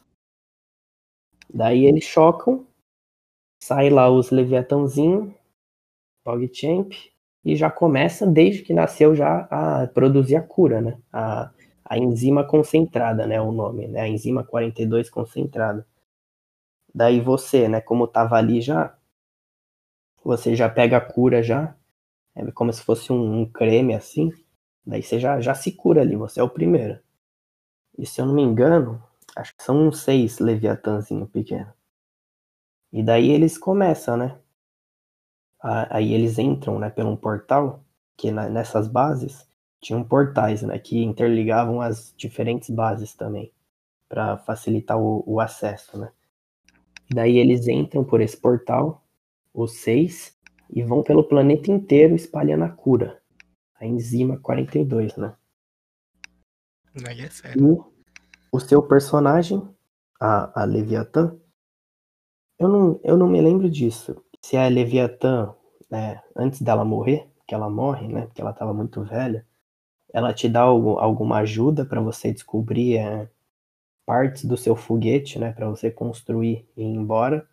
Daí eles chocam, sai lá os leviatãozinhos, PogChamp, e já começa, desde que nasceu, já a produzir a cura, né? A, a enzima concentrada, né? O nome, né? A enzima quarenta e dois concentrada. Daí você, né? Como tava ali já, você já pega a cura já, é como se fosse um, um creme assim. Daí você já, já se cura ali, você é o primeiro. E se eu não me engano, acho que são uns seis leviatãzinhos pequenos. E daí eles começam, né? Aí eles entram, né, pelo um portal, que na, nessas bases tinham portais, né, que interligavam as diferentes bases também, para facilitar o, o acesso, né. E daí eles entram por esse portal, os seis, e vão pelo planeta inteiro espalhando a cura, a enzima quarenta e dois, né. Aí é sério. E o seu personagem, a, a Leviatã, eu não, eu não me lembro disso, se a Leviatã, né, antes dela morrer, que ela morre, né, porque ela estava muito velha, ela te dá algo, alguma ajuda para você descobrir é, partes do seu foguete, né, para você construir e ir embora.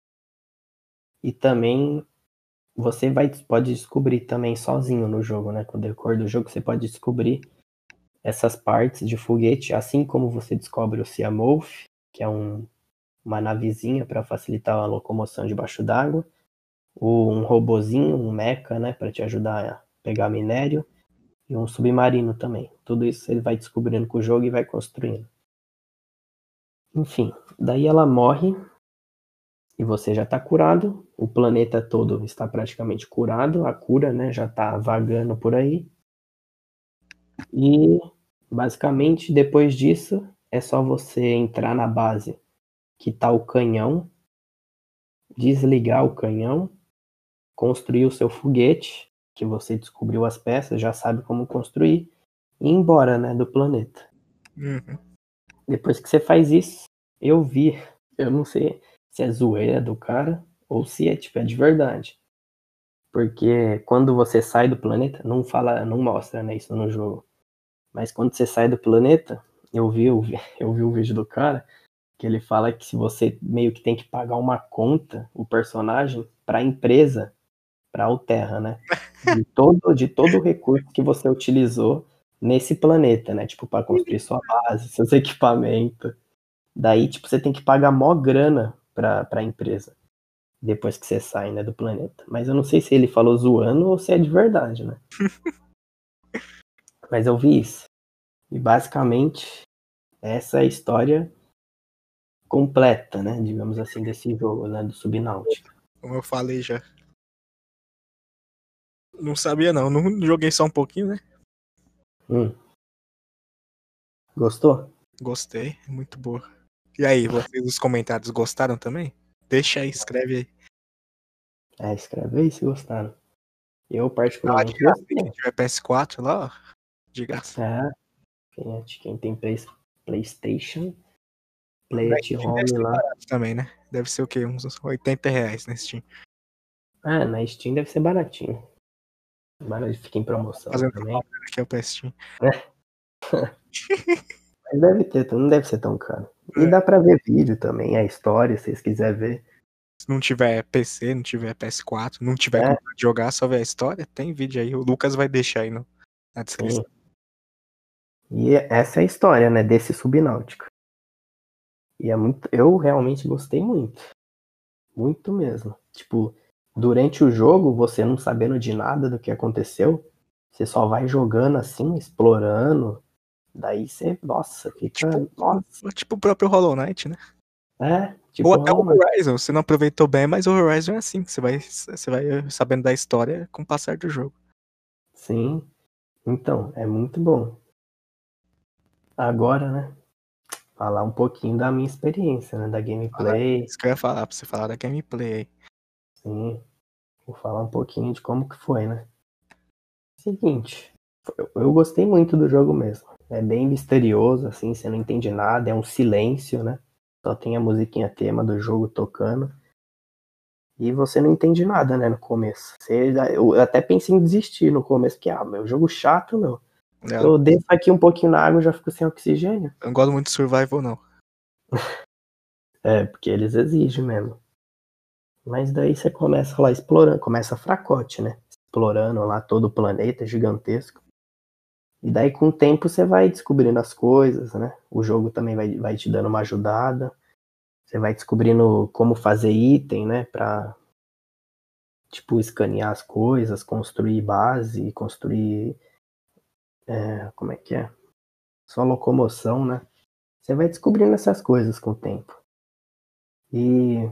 E também você vai, pode descobrir também sozinho no jogo, né, com o decorrer do jogo você pode descobrir essas partes de foguete, assim como você descobre o Seamorph, que é um, uma navezinha para facilitar a locomoção debaixo d'água, ou um robozinho, um mecha, né, para te ajudar a pegar minério. E um submarino também. Tudo isso ele vai descobrindo com o jogo e vai construindo. Enfim, daí ela morre e você já está curado. O planeta todo está praticamente curado. A cura, né, já está vagando por aí. E basicamente depois disso é só você entrar na base que está o canhão, desligar o canhão, construir o seu foguete, que você descobriu as peças, já sabe como construir, e ir embora, né, do planeta. Uhum. Depois que você faz isso, eu vi, eu não sei se é zoeira do cara ou se é tipo é de verdade. Porque quando você sai do planeta, não fala, não mostra, né, isso no jogo. Mas quando você sai do planeta, eu vi, eu vi, eu vi o vídeo do cara que ele fala que se você meio que tem que pagar uma conta, o personagem, para a empresa, para a Alterra, né? De todo, de todo o recurso que você utilizou nesse planeta, né? Tipo, para construir sua base, seus equipamentos. Daí, tipo, você tem que pagar mó grana pra, pra empresa. depois que você sai, né, do planeta. Mas eu não sei se ele falou zoando ou se é de verdade, né? Mas eu vi isso. E basicamente, essa é a história completa, né, digamos assim, desse jogo, né, do Subnáutica. Como eu falei já. Não sabia não, não joguei só um pouquinho, né? Hum. Gostou? Gostei, muito boa. E aí, vocês nos comentários gostaram também? Deixa aí, escreve aí. É, escreve aí se gostaram. Eu Ah, de particularmente graça, gostei. quem tiver P S quatro lá, ó, de graça. É, quem, é- quem tem play, PlayStation, Play Na at Steam deve Home ser lá. barato também, né? Deve ser o quê? Uns oitenta reais na Steam. Ah, na Steam deve ser baratinho. Barato, fica em promoção Fazendo também. propaganda aqui é o P S Steam. Mas deve ter, não deve ser tão caro. E É. dá pra ver vídeo também, a história, se vocês quiserem ver. Se não tiver P C, não tiver P S quatro, não tiver É, como jogar, só ver a história, tem vídeo aí. O Lucas vai deixar aí no, na descrição. sim. E essa é a história, né, desse Subnáutica. E é muito, eu realmente gostei muito. Muito mesmo. Tipo, durante o jogo, você não sabendo de nada do que aconteceu, você só vai jogando assim, explorando. Daí você, nossa, fica, Tipo, nossa. tipo o próprio Hollow Knight, né? É, Ou tipo até o Hollow Knight. Horizon, você não aproveitou bem, mas o Horizon é assim, você vai, você vai sabendo da história com o passar do jogo. Sim. Então, é muito bom. Agora, né, falar um pouquinho da minha experiência, né, da Fala aí, gameplay. isso que eu ia falar, pra você falar da gameplay aí. Sim, vou falar um pouquinho de como que foi, né? Seguinte, eu, eu gostei muito do jogo mesmo. É bem misterioso, assim, você não entende nada, é um silêncio, né? Só tem a musiquinha tema do jogo tocando. E você não entende nada, né, no começo. Você, eu até pensei em desistir no começo, porque, ah, meu, jogo chato, meu. Eu Eu desço aqui um pouquinho na água e já fico sem oxigênio. não gosto muito de survival, não. É, porque eles exigem mesmo. Mas daí você começa lá explorando, começa fracote, né? Explorando lá todo o planeta gigantesco. E daí com o tempo você vai descobrindo as coisas, né? O jogo também vai, vai te dando uma ajudada. Você vai descobrindo como fazer item, né? Pra, tipo, escanear as coisas, construir base, construir... É, como é que é? Só locomoção, né? Você vai descobrindo essas coisas com o tempo. E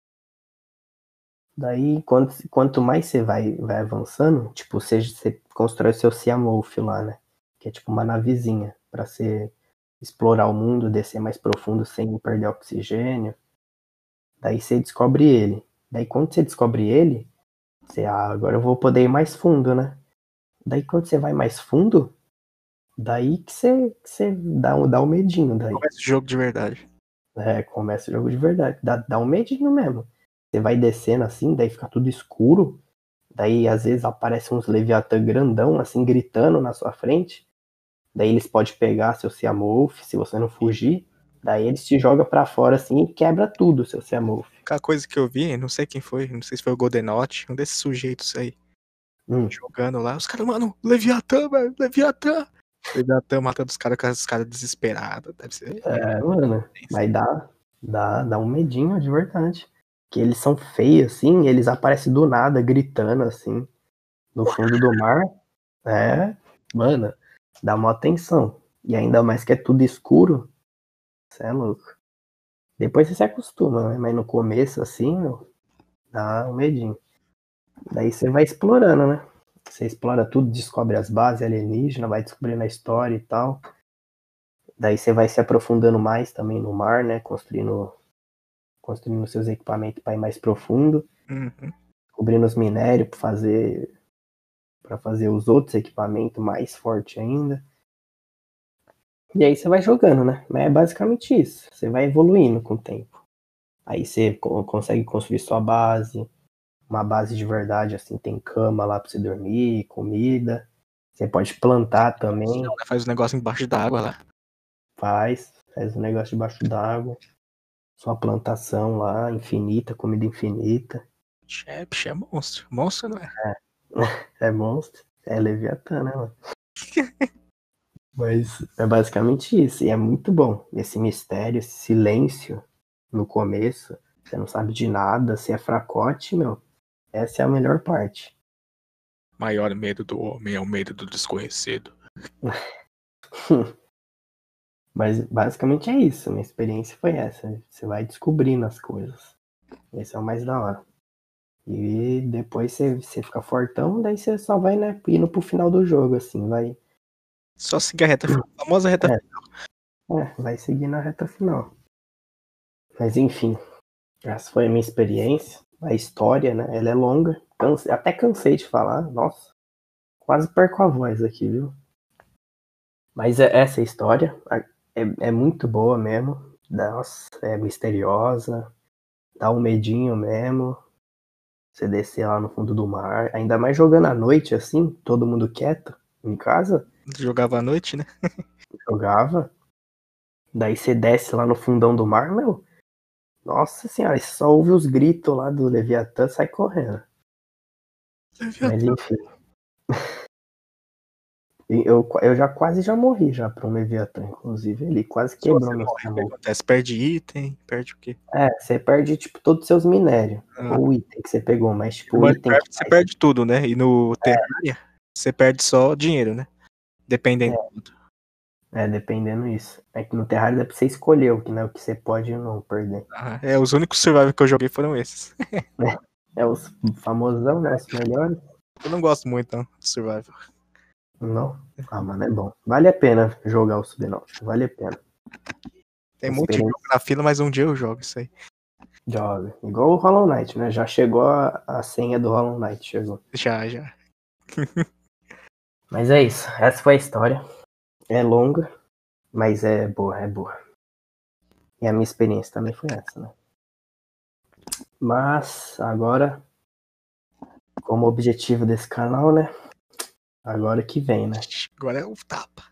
daí, quanto, quanto mais você vai, vai avançando, tipo, você, você constrói o seu Seamolf lá, né? Que é tipo uma navezinha pra você explorar o mundo, descer mais profundo sem perder oxigênio. Daí você descobre ele. Daí quando você descobre ele, você, ah, agora eu vou poder ir mais fundo, né? Daí quando você vai mais fundo, daí que você, que você dá, um, dá um medinho daí. Começa o jogo de verdade. É, começa o jogo de verdade. Dá, dá um medinho mesmo. Você vai descendo assim, daí fica tudo escuro. Daí às vezes aparecem uns Leviatã grandão, assim, gritando na sua frente. Daí eles podem pegar seu Seamolf, se você não fugir. Daí eles te jogam pra fora assim e quebra tudo, seu Seamolf. A coisa que eu vi, não sei quem foi, não sei se foi o Godenote, um desses sujeitos aí, Hum. jogando lá. Os caras, mano, Leviatã, velho, Leviatã. Leviatã matando os caras com os caras desesperados. Deve ser. É, mano, mas dá, dá, dá um medinho de verdade. Que eles são feios, assim, eles aparecem do nada, gritando, assim, no fundo do mar. É, mano, dá uma atenção. E ainda mais que é tudo escuro. Você é louco. Depois você se acostuma, né? Mas no começo, assim, meu, dá um medinho. Daí você vai explorando, né? Você explora tudo, descobre as bases alienígenas, vai descobrindo a história e tal. Daí você vai se aprofundando mais também no mar, né? Construindo, construindo seus equipamentos para ir mais profundo, Uhum. descobrindo os minérios para fazer para fazer os outros equipamentos mais fortes ainda. E aí você vai jogando, né? Mas é basicamente isso. Você vai evoluindo com o tempo. Aí você co- consegue construir sua base, uma base de verdade, assim, tem cama lá para você dormir, comida. Você pode plantar também, Faz o negócio embaixo da água lá. faz, faz um negócio debaixo d'água. Sua plantação lá, infinita, comida infinita. É, bicho, é monstro. Monstro não é. É monstro. É Leviatã, né, mano? Mas é basicamente isso. E é muito bom. Esse mistério, esse silêncio no começo. você não sabe de nada, você é fracote, meu, essa é a melhor parte. Maior medo do homem é o medo do desconhecido. Mas basicamente é isso, minha experiência foi essa. Você vai descobrindo as coisas. Esse é o mais da hora. E depois você, você fica fortão, daí você só vai, né, indo pro final do jogo, assim, vai. Só seguir a reta final. A famosa reta É. final. É, vai seguir na reta final. Mas enfim, essa foi a minha experiência. A história, né, ela é longa. Canse... Até cansei de falar, nossa. Quase perco a voz aqui, viu? Mas é, essa história é, é muito boa mesmo. Nossa, é misteriosa. Dá um medinho mesmo. Você descer lá no fundo do mar. Ainda mais jogando à noite, assim, todo mundo quieto em casa. Jogava à noite, né? Jogava. Daí você desce lá no fundão do mar, meu. Nossa senhora, você só ouve os gritos lá do Leviatã, sai correndo. Mas enfim. Eu, eu já quase já morri já pra um Leviatã, inclusive. Ele quase Se quebrou você meu morre, o que estômago. acontece? Perde item, perde o quê? É, você perde, tipo, todos os seus minérios. Ah. Ou item que você pegou, mas, tipo, No o item Minecraft que você faz. perde tudo, né? E no Terraria você perde só dinheiro, né? Dependendo. É, dependendo isso. É que no Terraria dá pra você escolher o que, né, o que você pode ou não perder. Ah, é, os únicos survival que eu joguei foram esses. É os famosão, né? Os melhores. Eu não gosto muito, não, de survival. Não? Ah, mano, é bom. Vale a pena jogar o Subnautica. Vale a pena. Tem um monte de jogo Experiência. na fila, mas um dia eu jogo isso aí. Joga. Igual o Hollow Knight, né? Já chegou a, a senha do Hollow Knight, chegou. Já, já. Mas é isso. Essa foi a história. É longa, mas é boa, é boa. E a minha experiência também foi essa, né? Mas agora, como objetivo desse canal, né? Agora que vem, né? Agora é o tapa.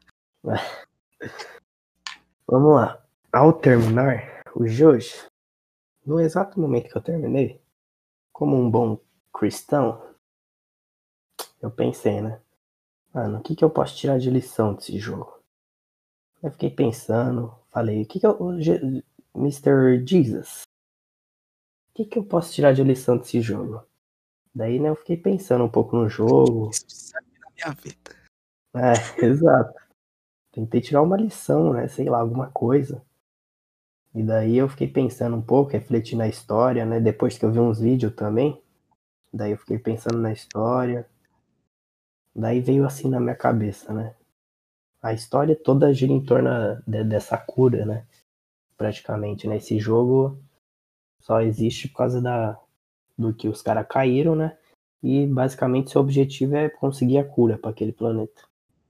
Vamos lá. Ao terminar o jogo, no exato momento que eu terminei, como um bom cristão, eu pensei, né? Mano, o que, que eu posso tirar de lição desse jogo? Eu fiquei pensando, falei, o que, que eu. mister Jesus, o que, que eu posso tirar de lição desse jogo? Daí, né, eu fiquei pensando um pouco no jogo. Isso serve na minha vida. É, exato. Tentei tirar uma lição, né? Sei lá, alguma coisa. E daí eu fiquei pensando um pouco, refletindo na história, né? Depois que eu vi uns vídeos também. Daí eu fiquei pensando na história. Daí veio assim na minha cabeça, né? A história toda gira em torno de, dessa cura, né? Praticamente, né? Esse jogo só existe por causa da, do que os caras caíram, né? E basicamente seu objetivo é conseguir a cura para aquele planeta.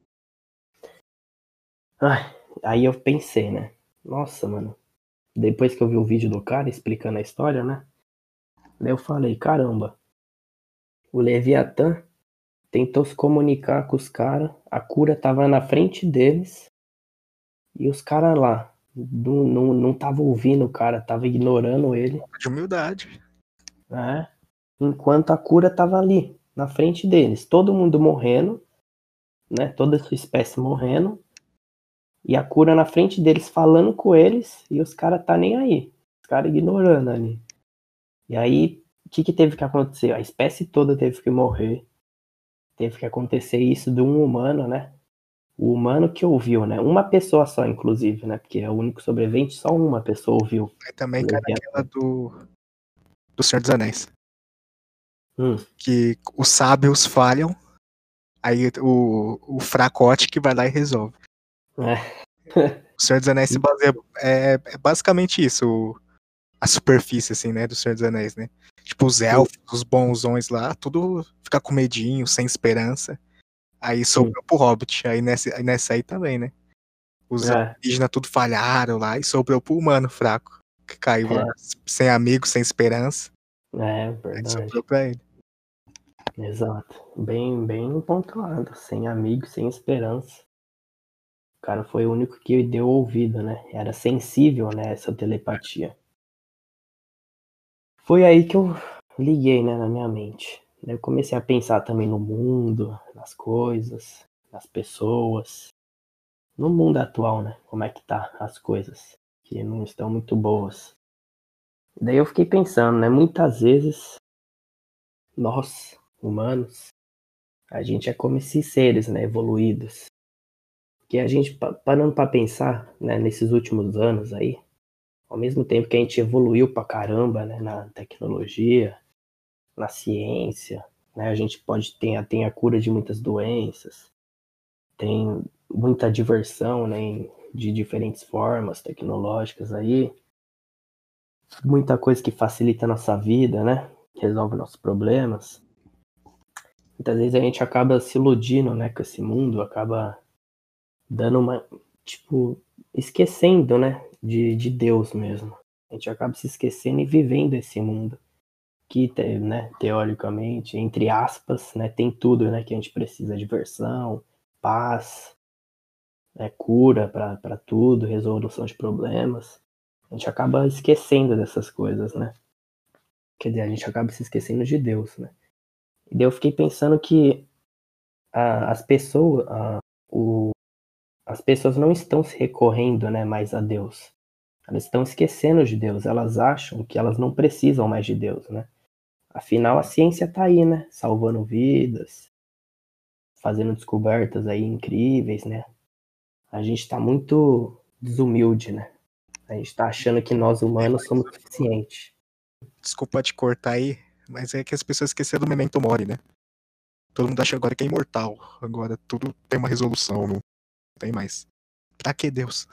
Ai, aí eu pensei, né? Nossa, mano. Depois que eu vi o vídeo do cara explicando a história, né? Daí eu falei, caramba. O Leviatã tentou se comunicar com os caras. A cura tava na frente deles. E os caras lá não, não, não tava ouvindo o cara, tava ignorando ele. De humildade. Né? Enquanto a cura tava ali, na frente deles. Todo mundo morrendo, né? Toda a sua espécie morrendo. E a cura na frente deles falando com eles. E os caras tá nem aí. Os caras ignorando ali. E aí, o que, que teve que acontecer? A espécie toda teve que morrer. Teve que acontecer isso de um humano, né? O humano que ouviu, né? Uma pessoa só, inclusive, né? Porque é o único sobrevivente, só uma pessoa ouviu. Aí também cai naquela do. Do Senhor dos Anéis. Hum. Que os sábios falham. Aí o, o fracote que vai lá e resolve. É. O Senhor dos Anéis se baseia. É, é basicamente isso. O, a superfície, assim, né? Do Senhor dos Anéis, né? Tipo, os elfos, os bonzões lá, tudo fica com medinho, sem esperança. Aí sobrou pro Hobbit. Aí nessa, aí nessa aí também, né? Os É. alienígenas tudo falharam lá e sobrou pro humano fraco. Que caiu lá, É. sem amigo, sem esperança. É, Aí verdade. sobrou pra ele. Exato. Bem, bem pontuado. Sem amigo, sem esperança. O cara foi o único que deu ouvido, né? Era sensível, né? Essa telepatia. Foi aí que eu liguei, né? Na minha mente. Eu comecei a pensar também no mundo, nas coisas, nas pessoas. No mundo atual, né? Como é que tá as coisas? Que não estão muito boas. Daí eu fiquei pensando, né? Muitas vezes, nós, humanos, a gente é como esses seres, né? Evoluídos. Que a gente, pa- parando pra pensar, né? Nesses últimos anos aí, ao mesmo tempo que a gente evoluiu pra caramba, né? Na tecnologia, na ciência, né? A gente pode ter, tem a cura de muitas doenças, tem muita diversão, né? em- De diferentes formas tecnológicas aí, muita coisa que facilita a nossa vida, né? Resolve nossos problemas. Muitas vezes a gente acaba se iludindo, né, com esse mundo, acaba dando uma, tipo, esquecendo, né, de, de Deus mesmo. A gente acaba se esquecendo e vivendo esse mundo que, te- né, teoricamente, entre aspas, né, tem tudo, né, que a gente precisa: diversão, paz, né, cura para tudo, resolução de problemas. A gente acaba esquecendo dessas coisas, né? Quer dizer, a gente acaba se esquecendo de Deus, né? E daí eu fiquei pensando que a- as pessoas, a- o- as pessoas não estão se recorrendo, né, mais a Deus. Elas estão esquecendo de Deus. Elas acham que elas não precisam mais de Deus, né? Afinal, a ciência está aí, né? Salvando vidas, fazendo descobertas aí incríveis, né? A gente está muito desumilde, né? A gente está achando que nós humanos somos suficientes. Desculpa te cortar aí, mas é que as pessoas esqueceram do Memento Mori, né? Todo mundo acha agora que é imortal. Agora tudo tem uma resolução, não tem mais. Pra que Deus?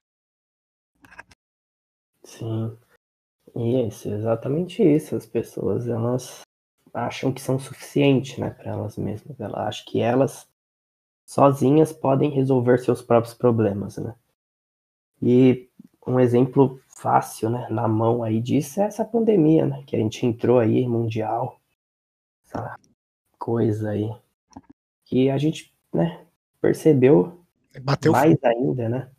Sim. E é isso, exatamente isso. As pessoas, elas acham que são suficientes, né, para elas mesmas. Elas acham que elas sozinhas podem resolver seus próprios problemas, né? E um exemplo fácil, né, na mão aí disso é essa pandemia, né, que a gente entrou aí mundial, essa coisa aí que a gente, né, percebeu Bateu mais fundo. ainda, né?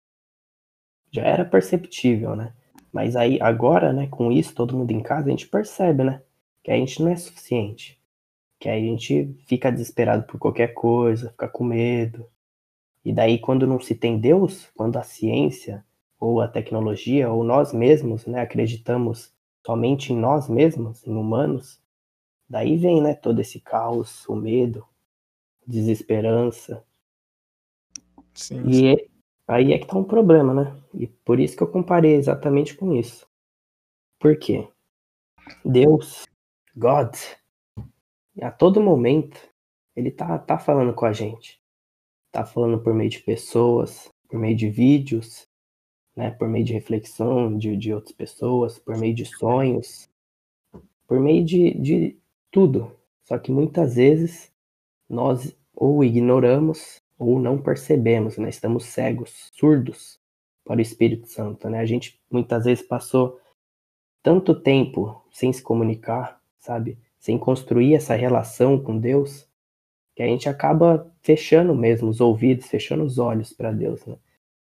Já era perceptível, né? Mas aí agora, né, com isso todo mundo em casa, a gente percebe, né, que a gente não é suficiente. Que aí a gente fica desesperado por qualquer coisa, fica com medo. E daí, quando não se tem Deus, quando a ciência, ou a tecnologia, ou nós mesmos, né, acreditamos somente em nós mesmos, em humanos, daí vem, né, todo esse caos, o medo, desesperança. Sim, sim. E é- aí é que tá um problema, né? E por isso que eu comparei exatamente com isso. Por quê? Deus, God, a todo momento, ele tá, tá falando com a gente. Tá falando por meio de pessoas, por meio de vídeos, né, por meio de reflexão de, de outras pessoas, por meio de sonhos, por meio de, de tudo. Só que muitas vezes nós ou ignoramos ou não percebemos, né? Estamos cegos, surdos para o Espírito Santo, né? A gente muitas vezes passou tanto tempo sem se comunicar, sabe? Sem construir essa relação com Deus, que a gente acaba fechando mesmo os ouvidos, fechando os olhos para Deus, né?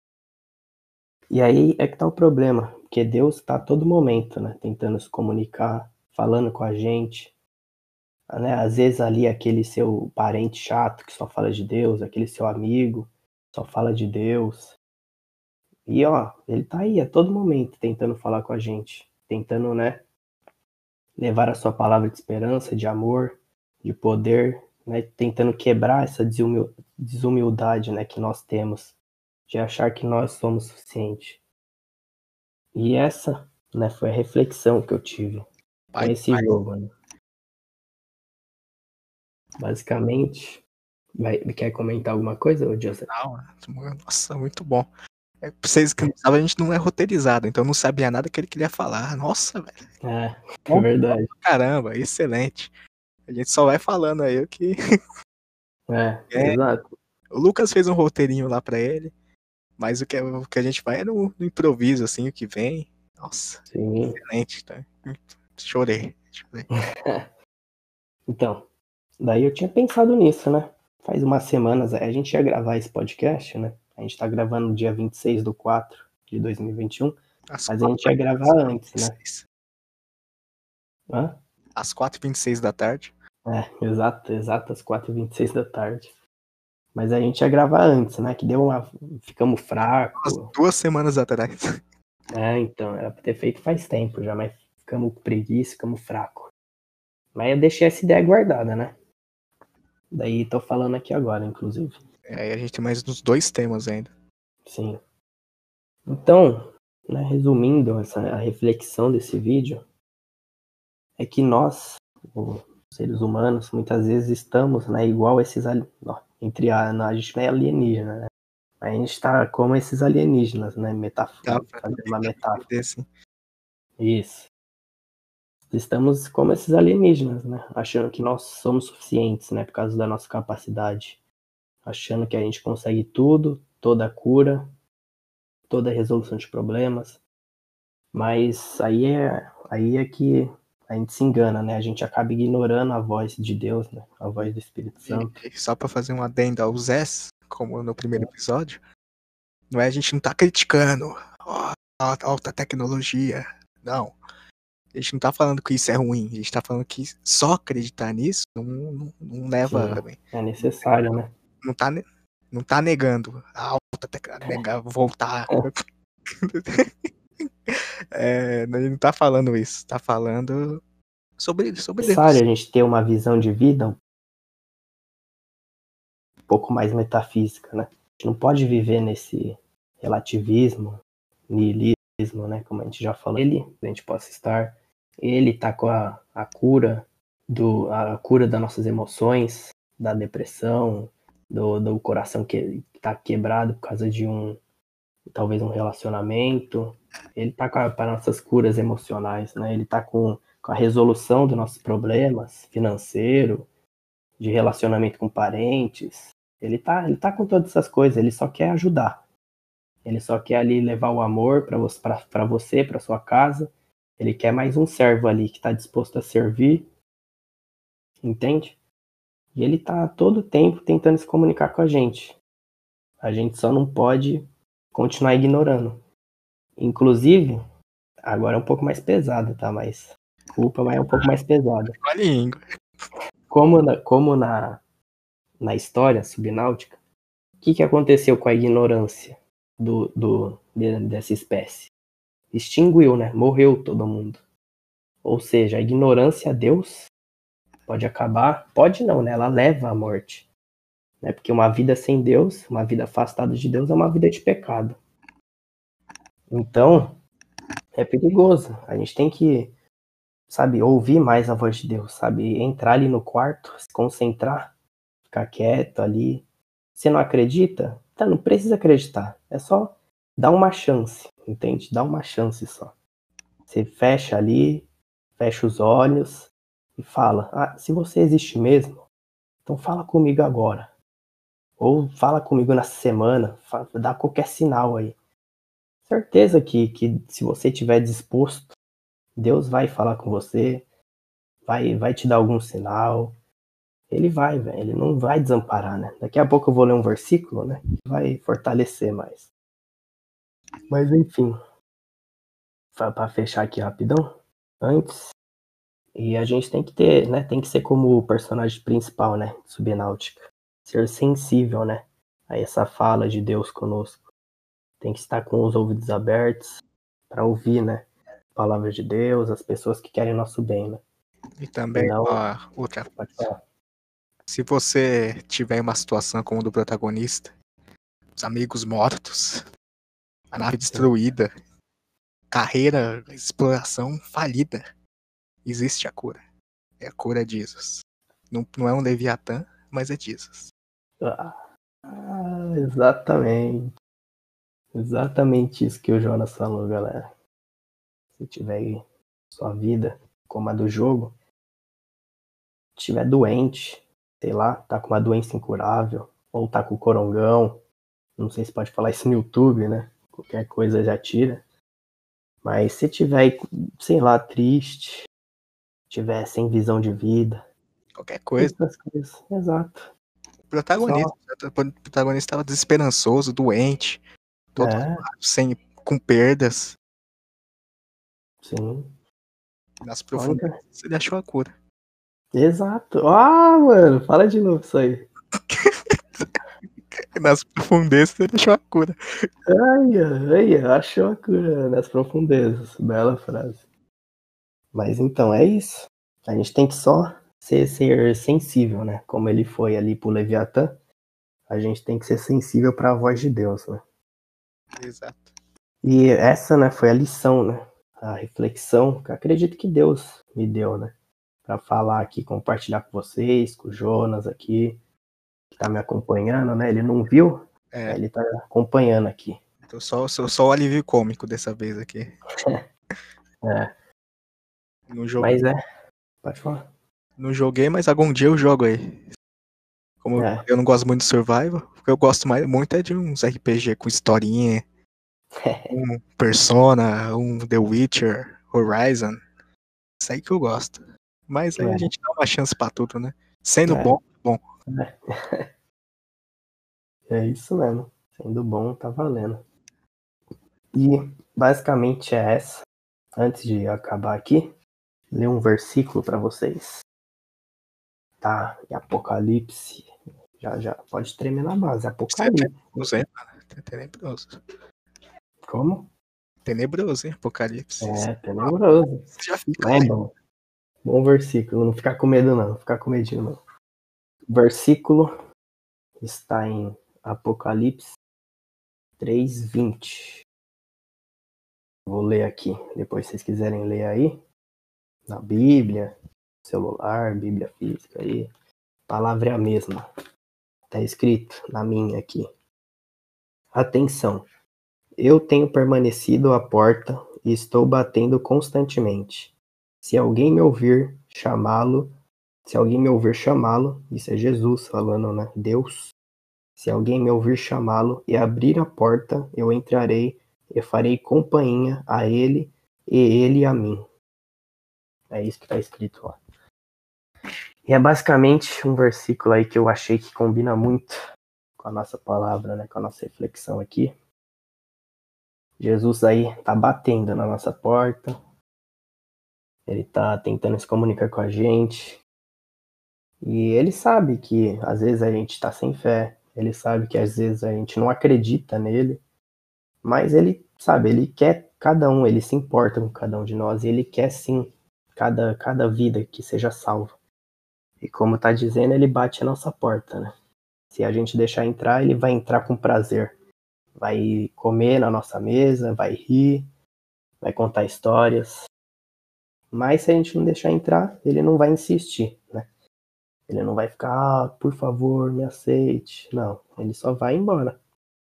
E aí é que tá o problema, porque Deus tá a todo momento, né, tentando se comunicar, falando com a gente, né? Às vezes ali aquele seu parente chato que só fala de Deus, aquele seu amigo só fala de Deus. E ó, ele tá aí a todo momento tentando falar com a gente, tentando, né, levar a sua palavra de esperança, de amor, de poder, né, tentando quebrar essa desumil- desumildade, né, que nós temos de achar que nós somos suficientes. E essa, né, foi a reflexão que eu tive com Pai, esse jogo, né? Basicamente, vai, quer comentar alguma coisa, ô Joseph? não, nossa, muito bom. É, pra vocês que não sabem, a gente não é roteirizado, então não sabia nada que ele queria falar. Nossa, velho. É, é Bom, verdade. caramba, excelente. A gente só vai falando aí o que. É, É, exato. o Lucas fez um roteirinho lá pra ele, mas o que, o que a gente vai é no, no improviso, assim, o que vem. Nossa, Sim. excelente, tá? Chorei, chorei. Então, daí eu tinha pensado nisso, né? Faz umas semanas, a gente ia gravar esse podcast, né? A gente tá gravando no dia vinte e seis de quatro de dois mil e vinte e um, Às mas a quatro gente ia gravar antes, e né? vinte e seis. Hã? Às quatro e vinte e seis da tarde. É, exato, exato, às quatro e vinte e seis da tarde. Mas a gente ia gravar antes, né? Que deu uma. Ficamos Umas fracos. duas semanas atrás. É, então, era pra ter feito faz tempo já, mas ficamos com preguiça, ficamos fracos. Mas eu deixei essa ideia guardada, né? Daí tô falando aqui agora, inclusive. É, aí a gente tem mais uns dois temas ainda. Sim. Então, né, resumindo essa, a reflexão desse vídeo, é que nós, os seres humanos, muitas vezes estamos, né, igual esses ali, ó, entre a, a gente não é alienígena, né? A gente está como esses alienígenas, né? Metáfora, Tá, fazer uma metáfora. desse. Isso. Estamos como esses alienígenas, né? Achando que nós somos suficientes, né? Por causa da nossa capacidade. Achando que a gente consegue tudo, toda a cura, toda a resolução de problemas. Mas aí é, aí é que a gente se engana, né? A gente acaba ignorando a voz de Deus, né? A voz do Espírito Santo. E, e só pra fazer um adendo aos S, como no primeiro episódio, não é a gente não tá criticando ó, a alta tecnologia, não. A gente não tá falando que isso é ruim, a gente tá falando que só acreditar nisso não, não, não leva. Sim, é necessário, né? Não tá, não tá negando a alta tecnologia, voltar. É, ele não tá falando isso, tá falando sobre, sobre É necessário Deus. a gente ter uma visão de vida um pouco mais metafísica, né? A gente não pode viver nesse relativismo, niilismo, né? Como a gente já falou. Ele, a gente possa estar, ele tá com a, a cura do, a cura das nossas emoções, da depressão, do, do coração que tá quebrado por causa de um, talvez um relacionamento. Ele tá com as nossas curas emocionais, né? Ele tá com, com a resolução dos nossos problemas financeiro, de relacionamento com parentes. Ele tá, ele tá com todas essas coisas, ele só quer ajudar. Ele só quer ali levar o amor para você, para você, para sua casa. Ele quer mais um servo ali que está disposto a servir. Entende? E ele tá todo o tempo tentando se comunicar com a gente. A gente só não pode continuar ignorando. Inclusive, agora é um pouco mais pesado, tá? Mas culpa, mas é um pouco mais pesada. Como na, como na, na história subnáutica, o que, que aconteceu com a ignorância do, do, de, dessa espécie? Extinguiu, né? Morreu todo mundo. Ou seja, a ignorância a Deus pode acabar, pode não, né? Ela leva à morte. Né? Porque uma vida sem Deus, uma vida afastada de Deus, é uma vida de pecado. Então, é perigoso. A gente tem que, sabe, ouvir mais a voz de Deus, sabe? Entrar ali no quarto, se concentrar, ficar quieto ali. Você não acredita? Tá, não precisa acreditar. É só dar uma chance, entende? Dá uma chance só. Você fecha ali, fecha os olhos e fala: ah, se você existe mesmo, então fala comigo agora. Ou fala comigo nessa semana, fala, dá qualquer sinal aí. Certeza que, que se você estiver disposto, Deus vai falar com você, vai, vai te dar algum sinal. Ele vai, velho, ele não vai desamparar, né? Daqui a pouco eu vou ler um versículo, né? Que vai fortalecer mais. Mas enfim, para fechar aqui rapidão, antes, e a gente tem que ter, né? Tem que ser como o personagem principal, né? Subnáutica. Ser sensível, né? A essa fala de Deus conosco. Tem que estar com os ouvidos abertos para ouvir, né? Palavras de Deus, as pessoas que querem nosso bem, né? E também, Não, ó, outra. pode falar. Se você tiver uma situação como a do protagonista, os amigos mortos, a nave destruída, carreira, exploração falida, existe a cura. É a cura de Jesus. Não, não é um Leviatã, mas é Jesus. Ah, exatamente. Exatamente isso que o Jonas falou, galera. Se tiver aí sua vida como a do jogo, estiver doente, sei lá, tá com uma doença incurável, ou tá com corongão, não sei se pode falar isso no YouTube, né? Qualquer coisa já tira. Mas se tiver, sei lá, triste, tiver sem visão de vida, Qualquer coisa. essas coisas, exato. O protagonista, Só, o protagonista estava desesperançoso, doente, todo é, sem, com perdas. sim. Nas Única... profundezas, ele achou a cura. Exato. Ah, mano, fala de novo isso aí. Nas profundezas, ele achou a cura. Ai, ai, achou a cura nas profundezas. Bela frase. Mas então, é isso. A gente tem que só ser, ser sensível, né? Como ele foi ali pro Leviatã, a gente tem que ser sensível para a voz de Deus, né? Exato. E essa, né, foi a lição, né? A reflexão que eu acredito que Deus me deu, né? Para falar aqui, compartilhar com vocês, com o Jonas aqui, que tá me acompanhando, né? Ele não viu, É, ele tá acompanhando aqui. tô só, sou só o alívio cômico dessa vez aqui. É, Não joguei, mas é, pode falar. não joguei, mas algum dia eu jogo aí. Como É, eu não gosto muito de survival, o que eu gosto mais, muito é de uns R P G com historinha, um Persona, um The Witcher, Horizon. Isso aí que eu gosto. Mas aí a gente dá uma chance pra tudo, né? Sendo é, bom, bom. é, é isso mesmo. Sendo bom, tá valendo. E basicamente é essa. Antes de acabar aqui, ler um versículo para vocês. Tá? E Apocalipse. Já, já pode tremer na base. Isso é Apocalipse. tenebroso, hein, mano? É tenebroso. Como? Tenebroso, hein? Apocalipse. Isso É, tenebroso. já fica Mas é aí. bom. Bom versículo. Não ficar com medo, não. Não ficar com medinho, não. O versículo está em Apocalipse três, vinte. Vou ler aqui. Depois, se vocês quiserem ler aí. Na Bíblia, celular, Bíblia física aí. A palavra é a mesma. Tá escrito na minha aqui. Atenção. Eu tenho permanecido à porta e estou batendo constantemente. Se alguém me ouvir chamá-lo, se alguém me ouvir chamá-lo, isso é Jesus falando, né? Deus. Se alguém me ouvir chamá-lo e abrir a porta, eu entrarei e farei companhia a ele e ele a mim. É isso que está escrito lá. E é basicamente um versículo aí que eu achei que combina muito com a nossa palavra, né? Com a nossa reflexão aqui. Jesus aí tá batendo na nossa porta. Ele tá tentando se comunicar com a gente. E ele sabe que às vezes a gente tá sem fé. Ele sabe que às vezes a gente não acredita nele. Mas ele, sabe, ele quer cada um, ele se importa com cada um de nós. E ele quer sim cada, cada vida que seja salva. E como tá dizendo, ele bate a nossa porta, né? Se a gente deixar entrar, ele vai entrar com prazer. Vai comer na nossa mesa, vai rir, vai contar histórias. Mas se a gente não deixar entrar, ele não vai insistir, né? Ele não vai ficar, ah, por favor, me aceite. Não, ele só vai embora.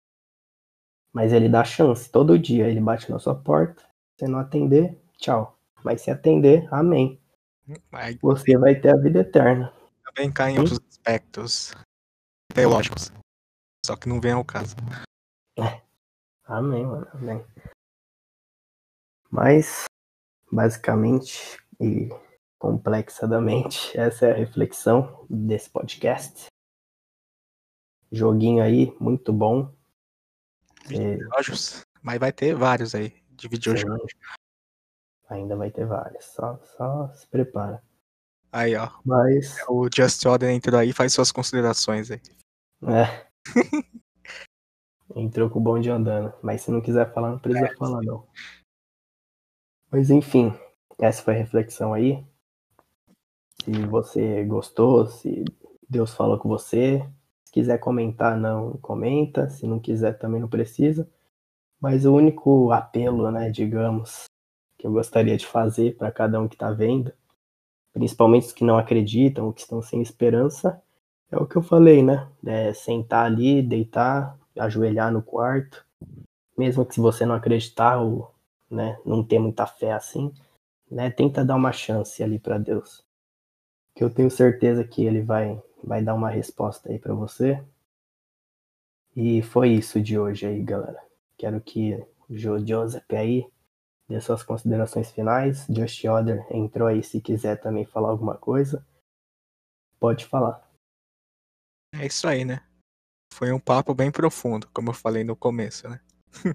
Mas ele dá chance, todo dia ele bate na sua porta. Se não atender, tchau. Mas se atender, amém. Aí Você vai ter a vida eterna. também cai em Hum? outros aspectos teológicos. Só que não vem ao caso. Amém, mano, amém. Mas, basicamente e complexadamente, essa é a reflexão desse podcast. Joguinho aí, muito bom. Você, Videojogos. Mas vai ter vários aí de videojogos. sim, ainda vai ter várias. Só, só se prepara. Aí, ó. Mas, O Just Order entrou aí e faz suas considerações aí. é, entrou com o bonde andando. Mas se não quiser falar, não precisa falar, não. Mas enfim, essa foi a reflexão aí. Se você gostou, se Deus falou com você, se quiser comentar, não comenta. Se não quiser, também não precisa. Mas o único apelo, né, digamos, que eu gostaria de fazer para cada um que está vendo, principalmente os que não acreditam, ou que estão sem esperança, é o que eu falei, né? É sentar ali, deitar, ajoelhar no quarto, mesmo que se você não acreditar ou, né, não ter muita fé assim, né, tenta dar uma chance ali para Deus, que eu tenho certeza que Ele vai, vai dar uma resposta aí para você. E foi isso de hoje aí, galera. Quero que o Jo Joseph aí dê suas considerações finais. Just Other entrou aí, se quiser também falar alguma coisa, pode falar. É isso aí, né? Foi um papo bem profundo, como eu falei no começo, né?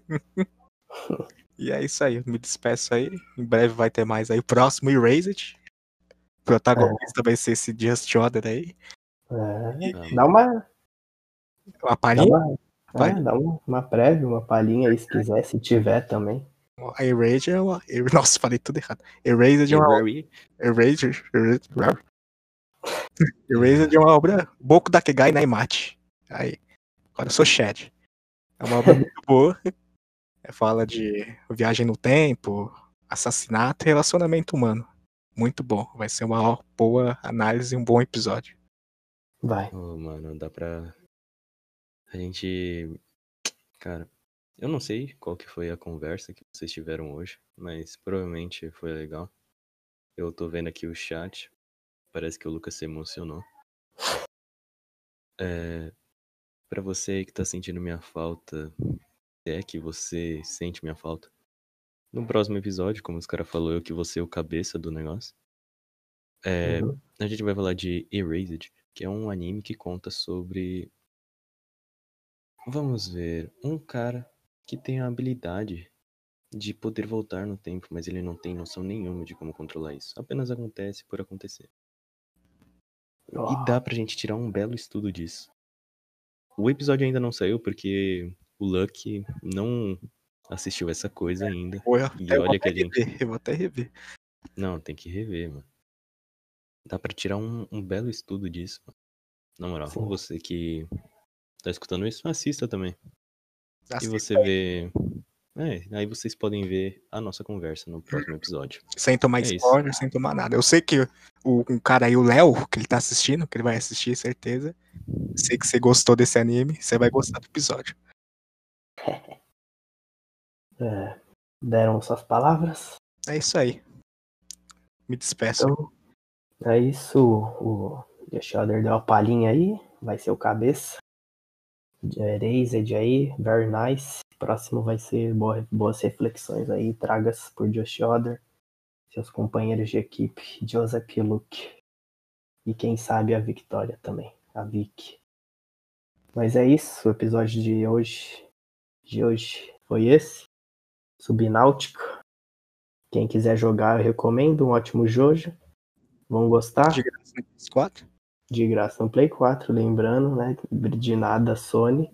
E é isso aí, eu me despeço aí. Em breve vai ter mais aí. O próximo Erased. O protagonista vai ser esse Just Order aí. É, dá uma, A dá palhinha? uma, é, dá uma, uma prévia, uma palhinha aí se quiser, se tiver também. A Erasure é uma... Nossa, falei tudo errado. Erasure é uma Errari. Erasure, Erasure, Erasure é uma obra Boku Dakegai Naimachi. Aí, agora eu sou Chad. É uma obra muito boa. É, fala de viagem no tempo, assassinato e relacionamento humano. Muito bom. Vai ser uma boa análise e um bom episódio. Vai. Oh, mano, dá pra... A gente... Cara, eu não sei qual que foi a conversa que vocês tiveram hoje, mas provavelmente foi legal. Eu tô vendo aqui o chat. Parece que o Lucas se emocionou. É... Pra você aí que tá sentindo minha falta, se é que você sente minha falta, no próximo episódio, como os caras falaram, eu que vou ser o cabeça do negócio, é... Uhum. a gente vai falar de Erased, que é um anime que conta sobre... Vamos ver, um cara que tem a habilidade de poder voltar no tempo, mas ele não tem noção nenhuma de como controlar isso. Apenas acontece por acontecer. E dá pra gente tirar um belo estudo disso. O episódio ainda não saiu porque o Lucky não assistiu essa coisa ainda. Eu, E eu vou olha até que a gente... rever, eu vou até rever. Não, tem que rever, mano. Dá pra tirar um, um belo estudo disso, mano. Na moral, Sim. você que tá escutando isso, assista também. E Assista você aí, vê... É, aí vocês podem ver a nossa conversa no próximo episódio. sem tomar É isso. spoiler, sem tomar nada. Eu sei que o, um cara aí, o Léo, que ele tá assistindo, que ele vai assistir, certeza. Sei que você gostou desse anime, você vai gostar do episódio. É, deram suas palavras. É isso aí. Me despeço. Então, é isso. O Yoshider deu uma palhinha aí. Vai ser o cabeça. Erased aí. Very nice. Próximo vai ser boa, boas reflexões aí. Tragas por Josh Oder. Seus companheiros de equipe. Joseph e Luke. E quem sabe a Victoria também. A Vic. Mas é isso. O episódio de hoje. De hoje foi esse. Subnáutica. Quem quiser jogar, eu recomendo. Um ótimo jojo. Vão gostar? De graça no P S quatro? De graça no Play quatro, lembrando, né? De nada Sony.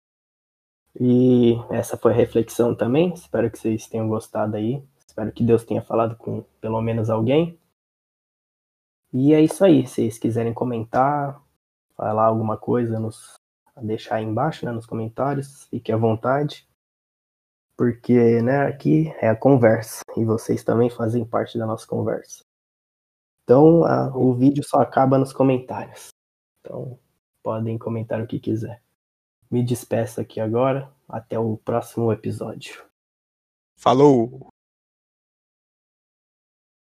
E essa foi a reflexão também. Espero que vocês tenham gostado aí. Espero que Deus tenha falado com pelo menos alguém. E é isso aí. Se vocês quiserem comentar, falar alguma coisa, nos deixar aí embaixo, né, nos comentários. Fique à vontade. Porque, né, aqui é a conversa. E vocês também fazem parte da nossa conversa. Então, a, o vídeo só acaba nos comentários. Então, podem comentar o que quiser. Me despeço aqui agora. Até o próximo episódio. Falou!